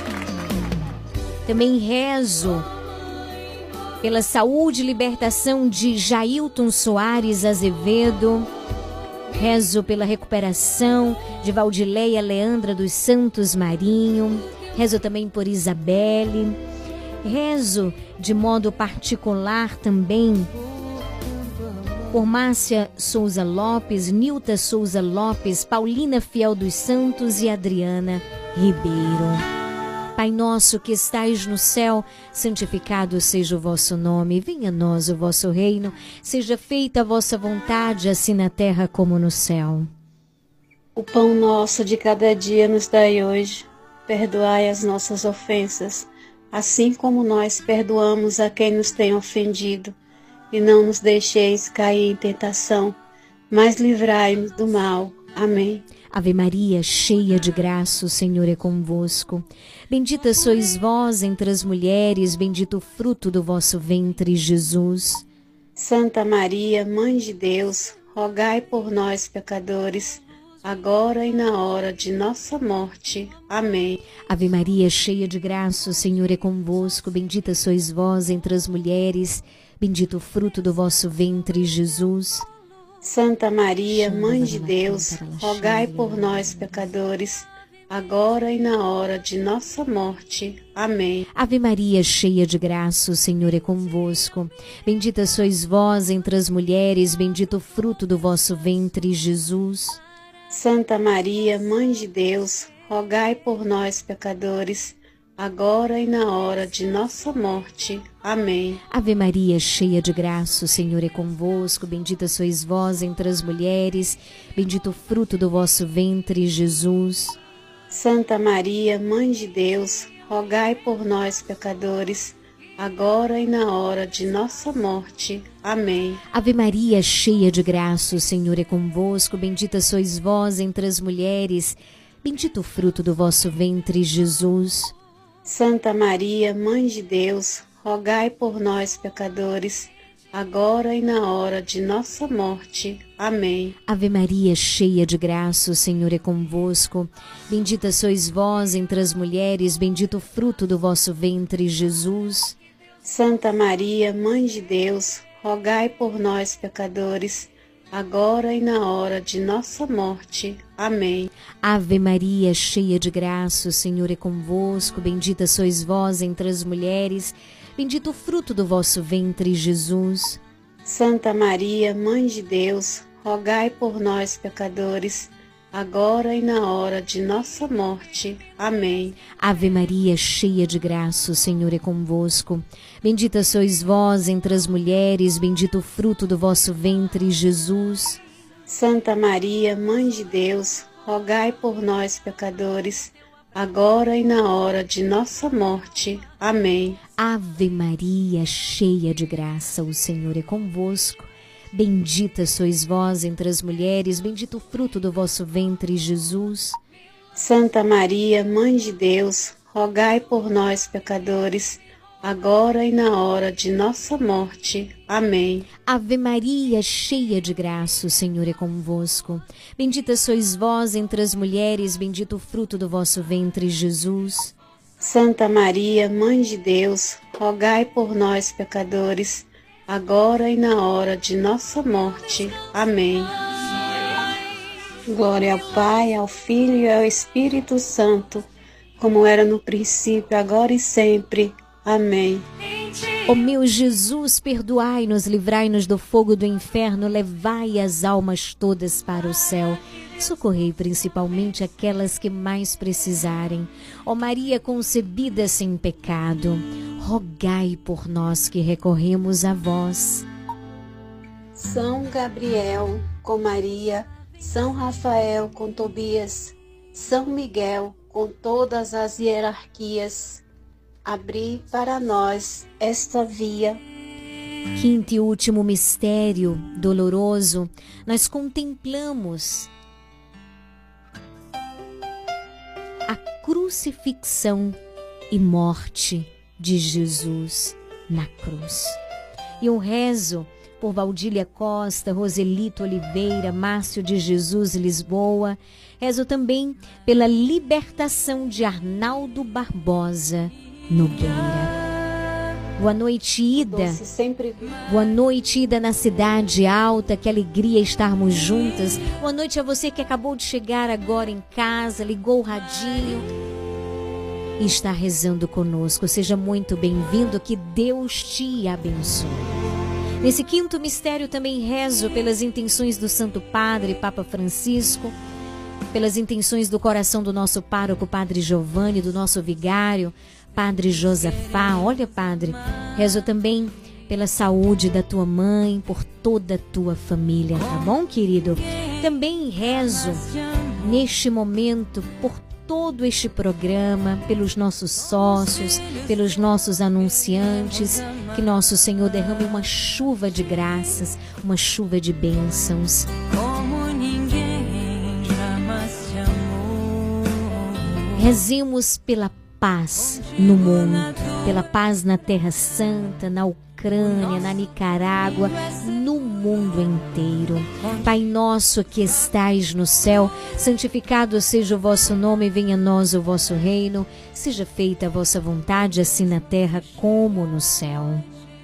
Também rezo pela saúde e libertação de Jailton Soares Azevedo. Rezo pela recuperação de Valdileia Leandra dos Santos Marinho. Rezo também por Isabelle. Rezo de modo particular também por Márcia Souza Lopes, Nilta Souza Lopes, Paulina Fiel dos Santos e Adriana Ribeiro. Pai nosso que estais no céu, santificado seja o vosso nome. Venha a nós o vosso reino. Seja feita a vossa vontade, assim na terra como no céu. O pão nosso de cada dia nos dai hoje. Perdoai as nossas ofensas, assim como nós perdoamos a quem nos tem ofendido. E não nos deixeis cair em tentação, mas livrai-nos do mal. Amém. Ave Maria, cheia de graça, o Senhor é convosco. Bendita sois vós entre as mulheres, bendito o fruto do vosso ventre, Jesus. Santa Maria, Mãe de Deus, rogai por nós, pecadores, agora e na hora de nossa morte. Amém. Ave Maria, cheia de graça, o Senhor é convosco. Bendita sois vós entre as mulheres, bendito o fruto do vosso ventre, Jesus. Santa Maria, Mãe de Deus, rogai por nós, pecadores, agora e na hora de nossa morte. Amém. Ave Maria, cheia de graça, o Senhor é convosco. Bendita sois vós entre as mulheres, bendito o fruto do vosso ventre, Jesus. Santa Maria, Mãe de Deus, rogai por nós, pecadores, agora e na hora de nossa morte. Amém. Ave Maria, cheia de graça, o Senhor é convosco. Bendita sois vós entre as mulheres, bendito o fruto do vosso ventre, Jesus. Santa Maria, Mãe de Deus, rogai por nós, pecadores, agora e na hora de nossa morte. Amém. Ave Maria, cheia de graça, o Senhor é convosco. Bendita sois vós entre as mulheres, bendito o fruto do vosso ventre, Jesus. Santa Maria, Mãe de Deus, rogai por nós, pecadores, agora e na hora de nossa morte. Amém. Ave Maria, cheia de graça, o Senhor é convosco. Bendita sois vós entre as mulheres, bendito o fruto do vosso ventre, Jesus. Santa Maria, Mãe de Deus, rogai por nós, pecadores, agora e na hora de nossa morte. Amém. Ave Maria, cheia de graça, o Senhor é convosco. Bendita sois vós entre as mulheres, bendito o fruto do vosso ventre, Jesus. Santa Maria, Mãe de Deus, rogai por nós, pecadores, agora e na hora de nossa morte. Amém. Ave Maria, cheia de graça, o Senhor é convosco. Bendita sois vós entre as mulheres, bendito o fruto do vosso ventre, Jesus. Santa Maria, Mãe de Deus, rogai por nós, pecadores, agora e na hora de nossa morte. Amém. Ave Maria, cheia de graça, o Senhor é convosco. Bendita sois vós entre as mulheres, bendito o fruto do vosso ventre, Jesus. Santa Maria, Mãe de Deus, rogai por nós, pecadores, agora e na hora de nossa morte. Amém. Ave Maria, cheia de graça, o Senhor é convosco. Bendita sois vós entre as mulheres, bendito o fruto do vosso ventre, Jesus. Santa Maria, Mãe de Deus, rogai por nós, pecadores, agora e na hora de nossa morte. Amém. Glória ao Pai, ao Filho e ao Espírito Santo, como era no princípio, agora e sempre. Amém. Ó meu Jesus, perdoai-nos, livrai-nos do fogo do inferno, levai as almas todas para o céu. Socorrei principalmente aquelas que mais precisarem. Ó Maria concebida sem pecado, rogai por nós que recorremos a vós. São Gabriel com Maria, São Rafael com Tobias, São Miguel com todas as hierarquias, abri para nós esta via. Quinto e último mistério doloroso, nós contemplamos a crucifixão e morte de Jesus na cruz. E eu rezo por Valdília Costa, Roselito Oliveira, Márcio de Jesus Lisboa. Rezo também pela libertação de Arnaldo Barbosa Nogueira. Boa noite, Ida. Boa noite, Ida, na Cidade Alta. Que alegria estarmos juntas. Boa noite a você que acabou de chegar agora em casa, ligou o radinho e está rezando conosco. Seja muito bem-vindo, que Deus te abençoe. Nesse quinto mistério também rezo pelas intenções do Santo Padre, Papa Francisco, pelas intenções do coração do nosso pároco, Padre Giovanni, do nosso vigário, Padre Josafá. Olha, Padre, rezo também pela saúde da tua mãe, por toda a tua família, tá bom, querido? Também rezo neste momento por todo este programa, pelos nossos sócios, pelos nossos anunciantes, que nosso Senhor derrame uma chuva de graças, uma chuva de bênçãos. Como ninguém jamais te amou. Rezemos pela paz no mundo, pela paz na Terra Santa, na Ucrânia, na Nicarágua, no mundo inteiro. Pai nosso que estais no céu, santificado seja o vosso nome, venha a nós o vosso reino, seja feita a vossa vontade, assim na terra como no céu.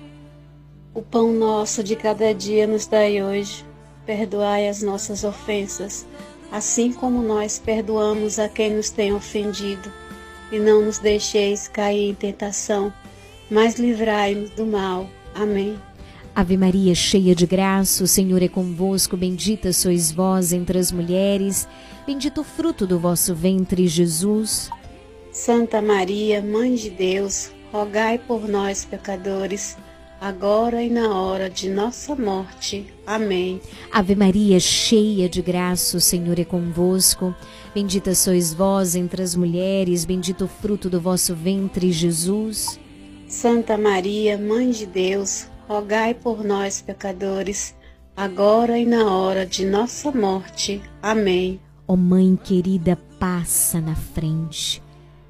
O pão nosso de cada dia nos dai hoje, perdoai as nossas ofensas, assim como nós perdoamos a quem nos tem ofendido. E não nos deixeis cair em tentação, mas livrai-nos do mal. Amém. Ave Maria, cheia de graça, o Senhor é convosco, bendita sois vós entre as mulheres, bendito o fruto do vosso ventre, Jesus. Santa Maria, Mãe de Deus, rogai por nós, pecadores, agora e na hora de nossa morte. Amém. Ave Maria, cheia de graça, o Senhor é convosco, bendita sois vós entre as mulheres, bendito o fruto do vosso ventre, Jesus. Santa Maria, Mãe de Deus, rogai por nós, pecadores, agora e na hora de nossa morte. Amém. Ó Mãe querida, passa na frente.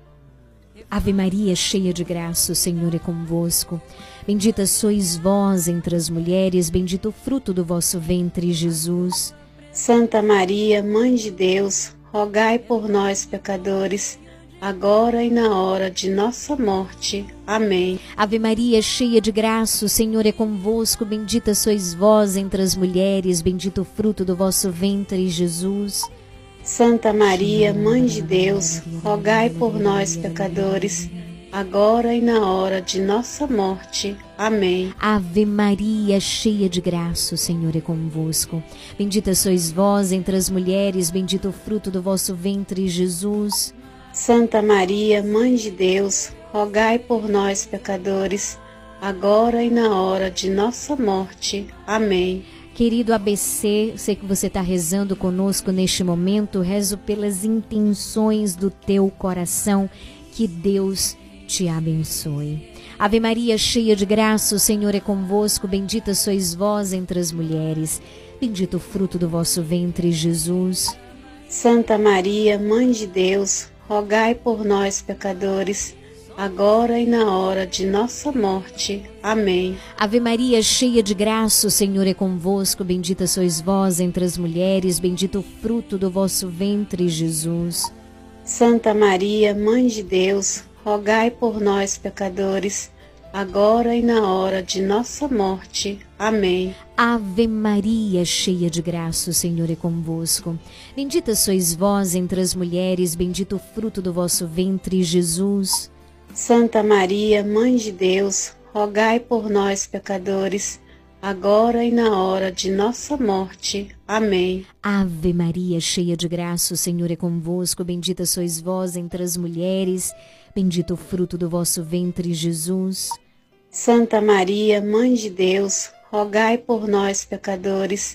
Ave Maria, cheia de graça, o Senhor é convosco. Bendita sois vós entre as mulheres, bendito o fruto do vosso ventre, Jesus. Santa Maria, Mãe de Deus, rogai por nós, pecadores, agora e na hora de nossa morte. Amém. Ave Maria, cheia de graça, o Senhor é convosco. Bendita sois vós entre as mulheres, bendito o fruto do vosso ventre, Jesus. Santa Maria, Mãe de Deus, rogai por nós, pecadores, agora e na hora de nossa morte. Amém. Ave Maria, cheia de graça, o Senhor é convosco. Bendita sois vós entre as mulheres, bendito o fruto do vosso ventre, Jesus. Santa Maria, Mãe de Deus, rogai por nós, pecadores, agora e na hora de nossa morte. Amém. Querido ABC, sei que você está rezando conosco neste momento, rezo pelas intenções do teu coração, que Deus te abençoe. Ave Maria, cheia de graça, o Senhor é convosco, bendita sois vós entre as mulheres, bendito o fruto do vosso ventre, Jesus. Santa Maria, Mãe de Deus, rogai por nós, pecadores, agora e na hora de nossa morte. Amém. Ave Maria, cheia de graça, o Senhor é convosco, bendita sois vós entre as mulheres, bendito o fruto do vosso ventre, Jesus. Santa Maria, Mãe de Deus, rogai por nós, pecadores, agora e na hora de nossa morte. Amém. Ave Maria, cheia de graça, o Senhor é convosco. Bendita sois vós entre as mulheres, bendito o fruto do vosso ventre, Jesus. Santa Maria, Mãe de Deus, rogai por nós, pecadores, agora e na hora de nossa morte. Amém. Ave Maria, cheia de graça, o Senhor é convosco. Bendita sois vós entre as mulheres, bendito o fruto do vosso ventre, Jesus. Santa Maria, Mãe de Deus, rogai por nós, pecadores,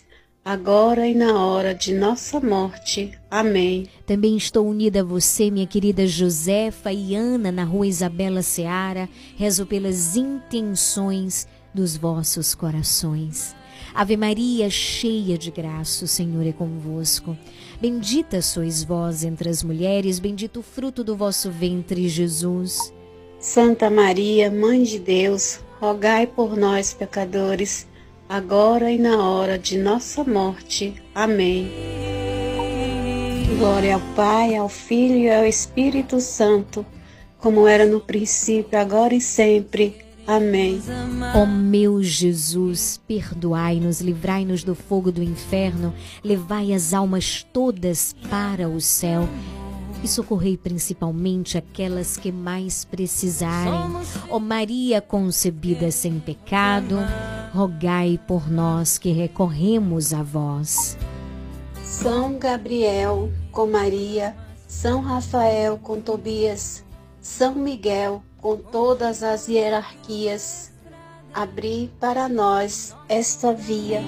agora e na hora de nossa morte. Amém. Também estou unida a você, minha querida Josefa e Ana, na rua Isabela Seara. Rezo pelas intenções dos vossos corações. Ave Maria, cheia de graça, o Senhor é convosco. Bendita sois vós entre as mulheres, bendito o fruto do vosso ventre, Jesus. Santa Maria, Mãe de Deus, rogai por nós, pecadores, agora e na hora de nossa morte. Amém. Glória ao Pai, ao Filho e ao Espírito Santo, como era no princípio, agora e sempre. Amém. Ó meu Jesus, perdoai-nos, livrai-nos do fogo do inferno, levai as almas todas para o céu e socorrei principalmente aquelas que mais precisarem. Ó Maria concebida sem pecado, rogai por nós que recorremos a vós. São Gabriel com Maria, São Rafael com Tobias, São Miguel com todas as hierarquias, abri para nós esta via.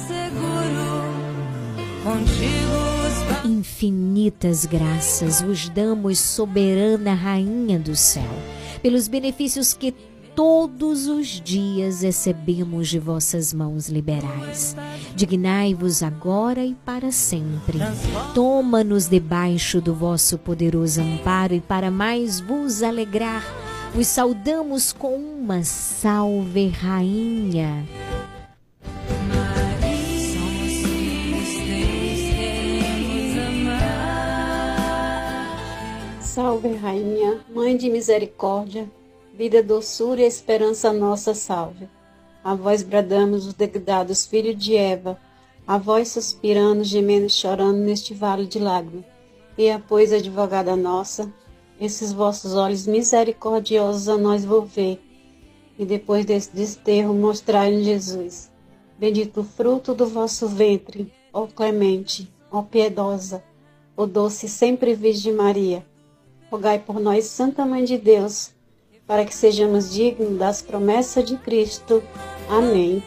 Infinitas graças vos damos, soberana Rainha do céu, pelos benefícios que todos os dias recebemos de vossas mãos liberais. Dignai-vos agora e para sempre. Toma-nos debaixo do vosso poderoso amparo e para mais vos alegrar, vos saudamos com uma salve, Rainha. Salve, Rainha, Mãe de misericórdia, vida, doçura e esperança nossa, salve. A vós bradamos os degredados filhos de Eva, a vós suspirando, gemendo e chorando neste vale de lágrimas. E pois, advogada nossa, esses vossos olhos misericordiosos a nós volvei, e depois desse desterro mostrai-nos Jesus. Bendito o fruto do vosso ventre, ó clemente, ó piedosa, ó doce sempre Virgem Maria. Rogai por nós, Santa Mãe de Deus, para que sejamos dignos das promessas de Cristo. Amém.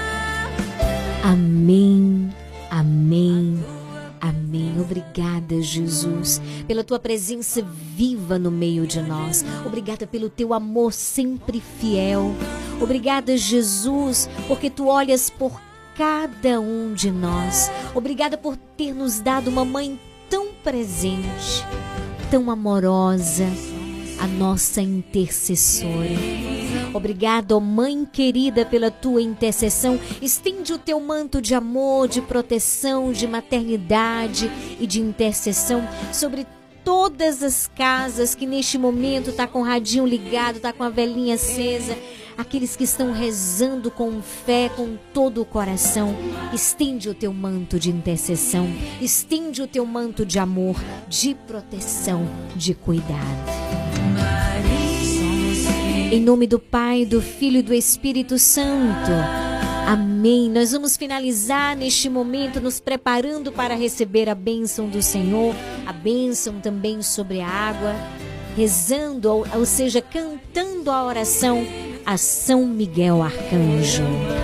Amém, amém, amém. Obrigada, Jesus, pela tua presença viva no meio de nós. Obrigada pelo teu amor sempre fiel. Obrigada, Jesus, porque tu olhas por cada um de nós. Obrigada por ter nos dado uma mãe tão presente, tão amorosa, a nossa intercessora. Obrigada, ó Mãe querida, pela tua intercessão. Estende o teu manto de amor, de proteção, de maternidade e de intercessão sobre todas as casas que neste momento tá com o radinho ligado, tá com a velhinha acesa, aqueles que estão rezando com fé, com todo o coração. Estende o teu manto de intercessão, estende o teu manto de amor, de proteção, de cuidado. Em nome do Pai, do Filho e do Espírito Santo. Amém. Nós vamos finalizar neste momento nos preparando para receber a bênção do Senhor, a bênção também sobre a água, rezando, ou seja, cantando a oração a São Miguel Arcanjo.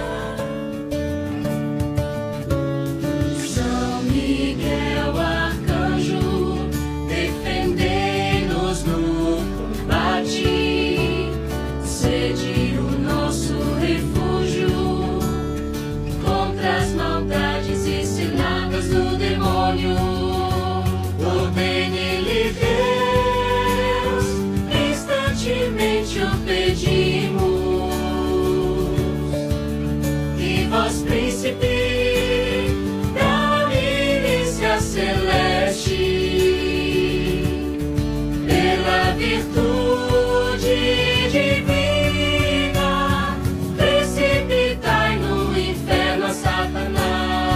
São Miguel Arcanjo, defendei-nos no combate, sede o nosso refúgio contra as maldades e ciladas do demônio. Ordene-lhe Deus, instantemente o pedimos. E vós, príncipe da milícia celeste, pela virtude divina, precipitai no inferno a Satanás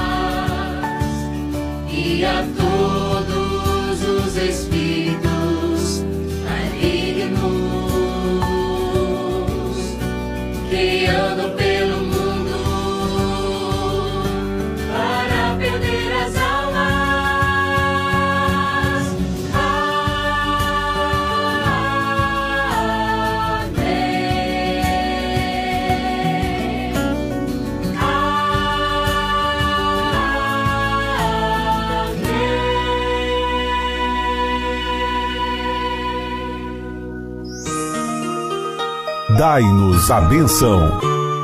e a todos os espíritos malignos que andam pelo mundo para perder as almas. Amém. dai-nos a bênção.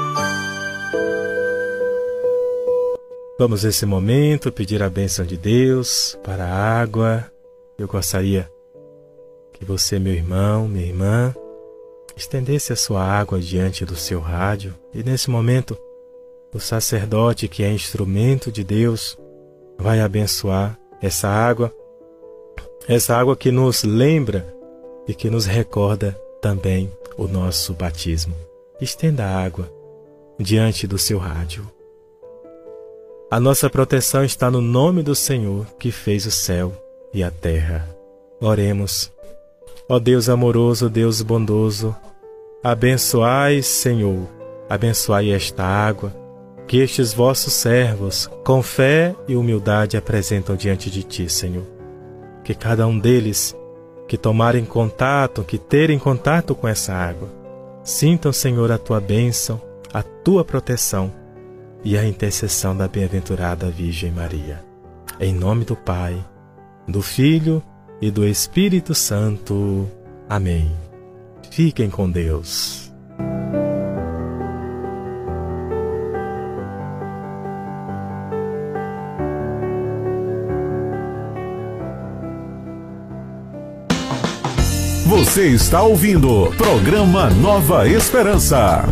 Vamos nesse momento pedir a bênção de Deus para a água. Eu gostaria que você, meu irmão, minha irmã, estendesse a sua água diante do seu rádio. E nesse momento, o sacerdote, que é instrumento de Deus, vai abençoar essa água que nos lembra e que nos recorda também o nosso batismo. Estenda a água diante do seu rádio. A nossa proteção está no nome do Senhor, que fez o céu e a terra. Oremos. Ó Deus amoroso, Deus bondoso, abençoai, Senhor, abençoai esta água, que estes vossos servos, com fé e humildade, apresentam diante de Ti, Senhor. Que cada um deles que tomarem contato, que terem contato com essa água, sintam, Senhor, a Tua bênção, a Tua proteção e a intercessão da bem-aventurada Virgem Maria. Em nome do Pai, do Filho e do Espírito Santo. Amém. Fiquem com Deus. Você está ouvindo Programa Nova Esperança.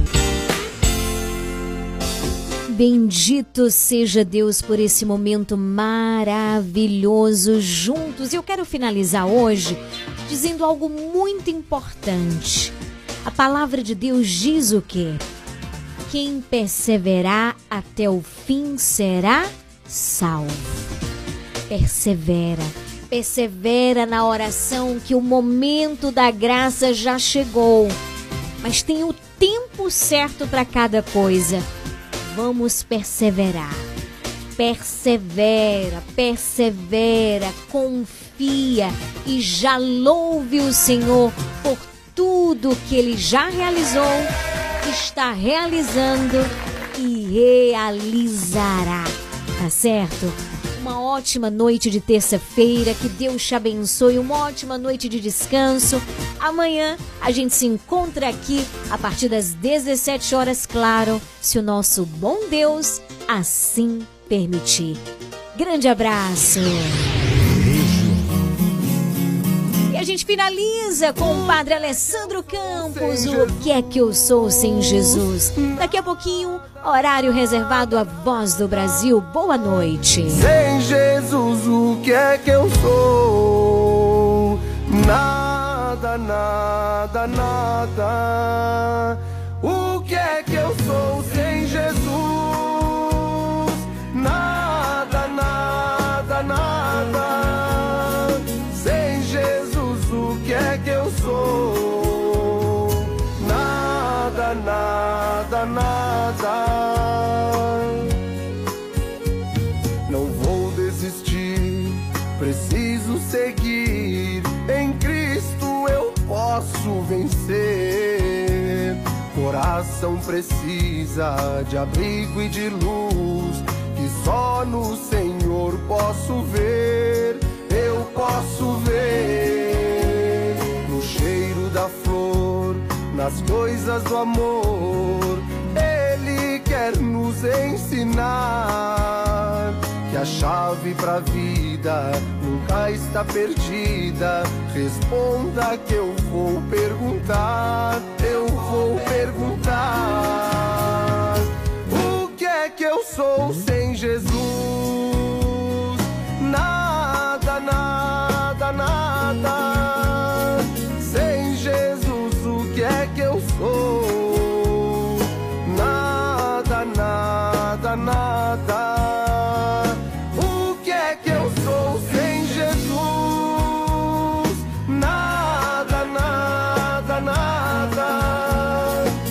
Bendito seja Deus por esse momento maravilhoso juntos. E eu quero finalizar hoje dizendo algo muito importante. A palavra de Deus diz o quê? Quem perseverar até o fim será salvo. Persevera. Persevera na oração, que o momento da graça já chegou. Mas tem o tempo certo para cada coisa. Vamos perseverar. Persevera, persevera, confia e já louve o Senhor por tudo que Ele já realizou, está realizando e realizará. Tá certo? Uma ótima noite de terça-feira, que Deus te abençoe, uma ótima noite de descanso. Amanhã a gente se encontra aqui a partir das 17 horas, claro, se o nosso bom Deus assim permitir. Grande abraço! E a gente finaliza com o Padre Alessandro Campos, o que é que eu sou sem Jesus? Daqui a pouquinho, horário reservado à Voz do Brasil. Boa noite. Sem Jesus, o que é que eu sou? Nada, nada, nada. O que é que eu sou sem Jesus? Nada, nada, nada. Sem Jesus, o que é que eu sou? Nada, nada, nada. Não vou desistir, preciso seguir. Em Cristo eu posso vencer. Coração precisa de abrigo e de luz, que só no Senhor posso ver. Eu posso ver no cheiro da flor, nas coisas do amor. Ele quer nos ensinar que a chave pra vida nunca está perdida. Responda que eu vou perguntar, eu vou perguntar. O que é que eu sou sem Jesus? Nada, nada, nada. Sem Jesus, o que é que eu sou? Nada, nada, nada. O que é que eu sou sem Jesus? Nada, nada, nada.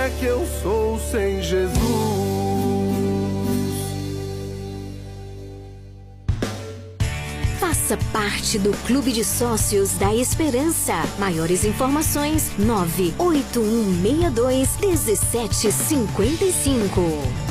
é que eu sou sem Jesus? Faça parte do Clube de Sócios da Esperança. Maiores informações 98162-1755.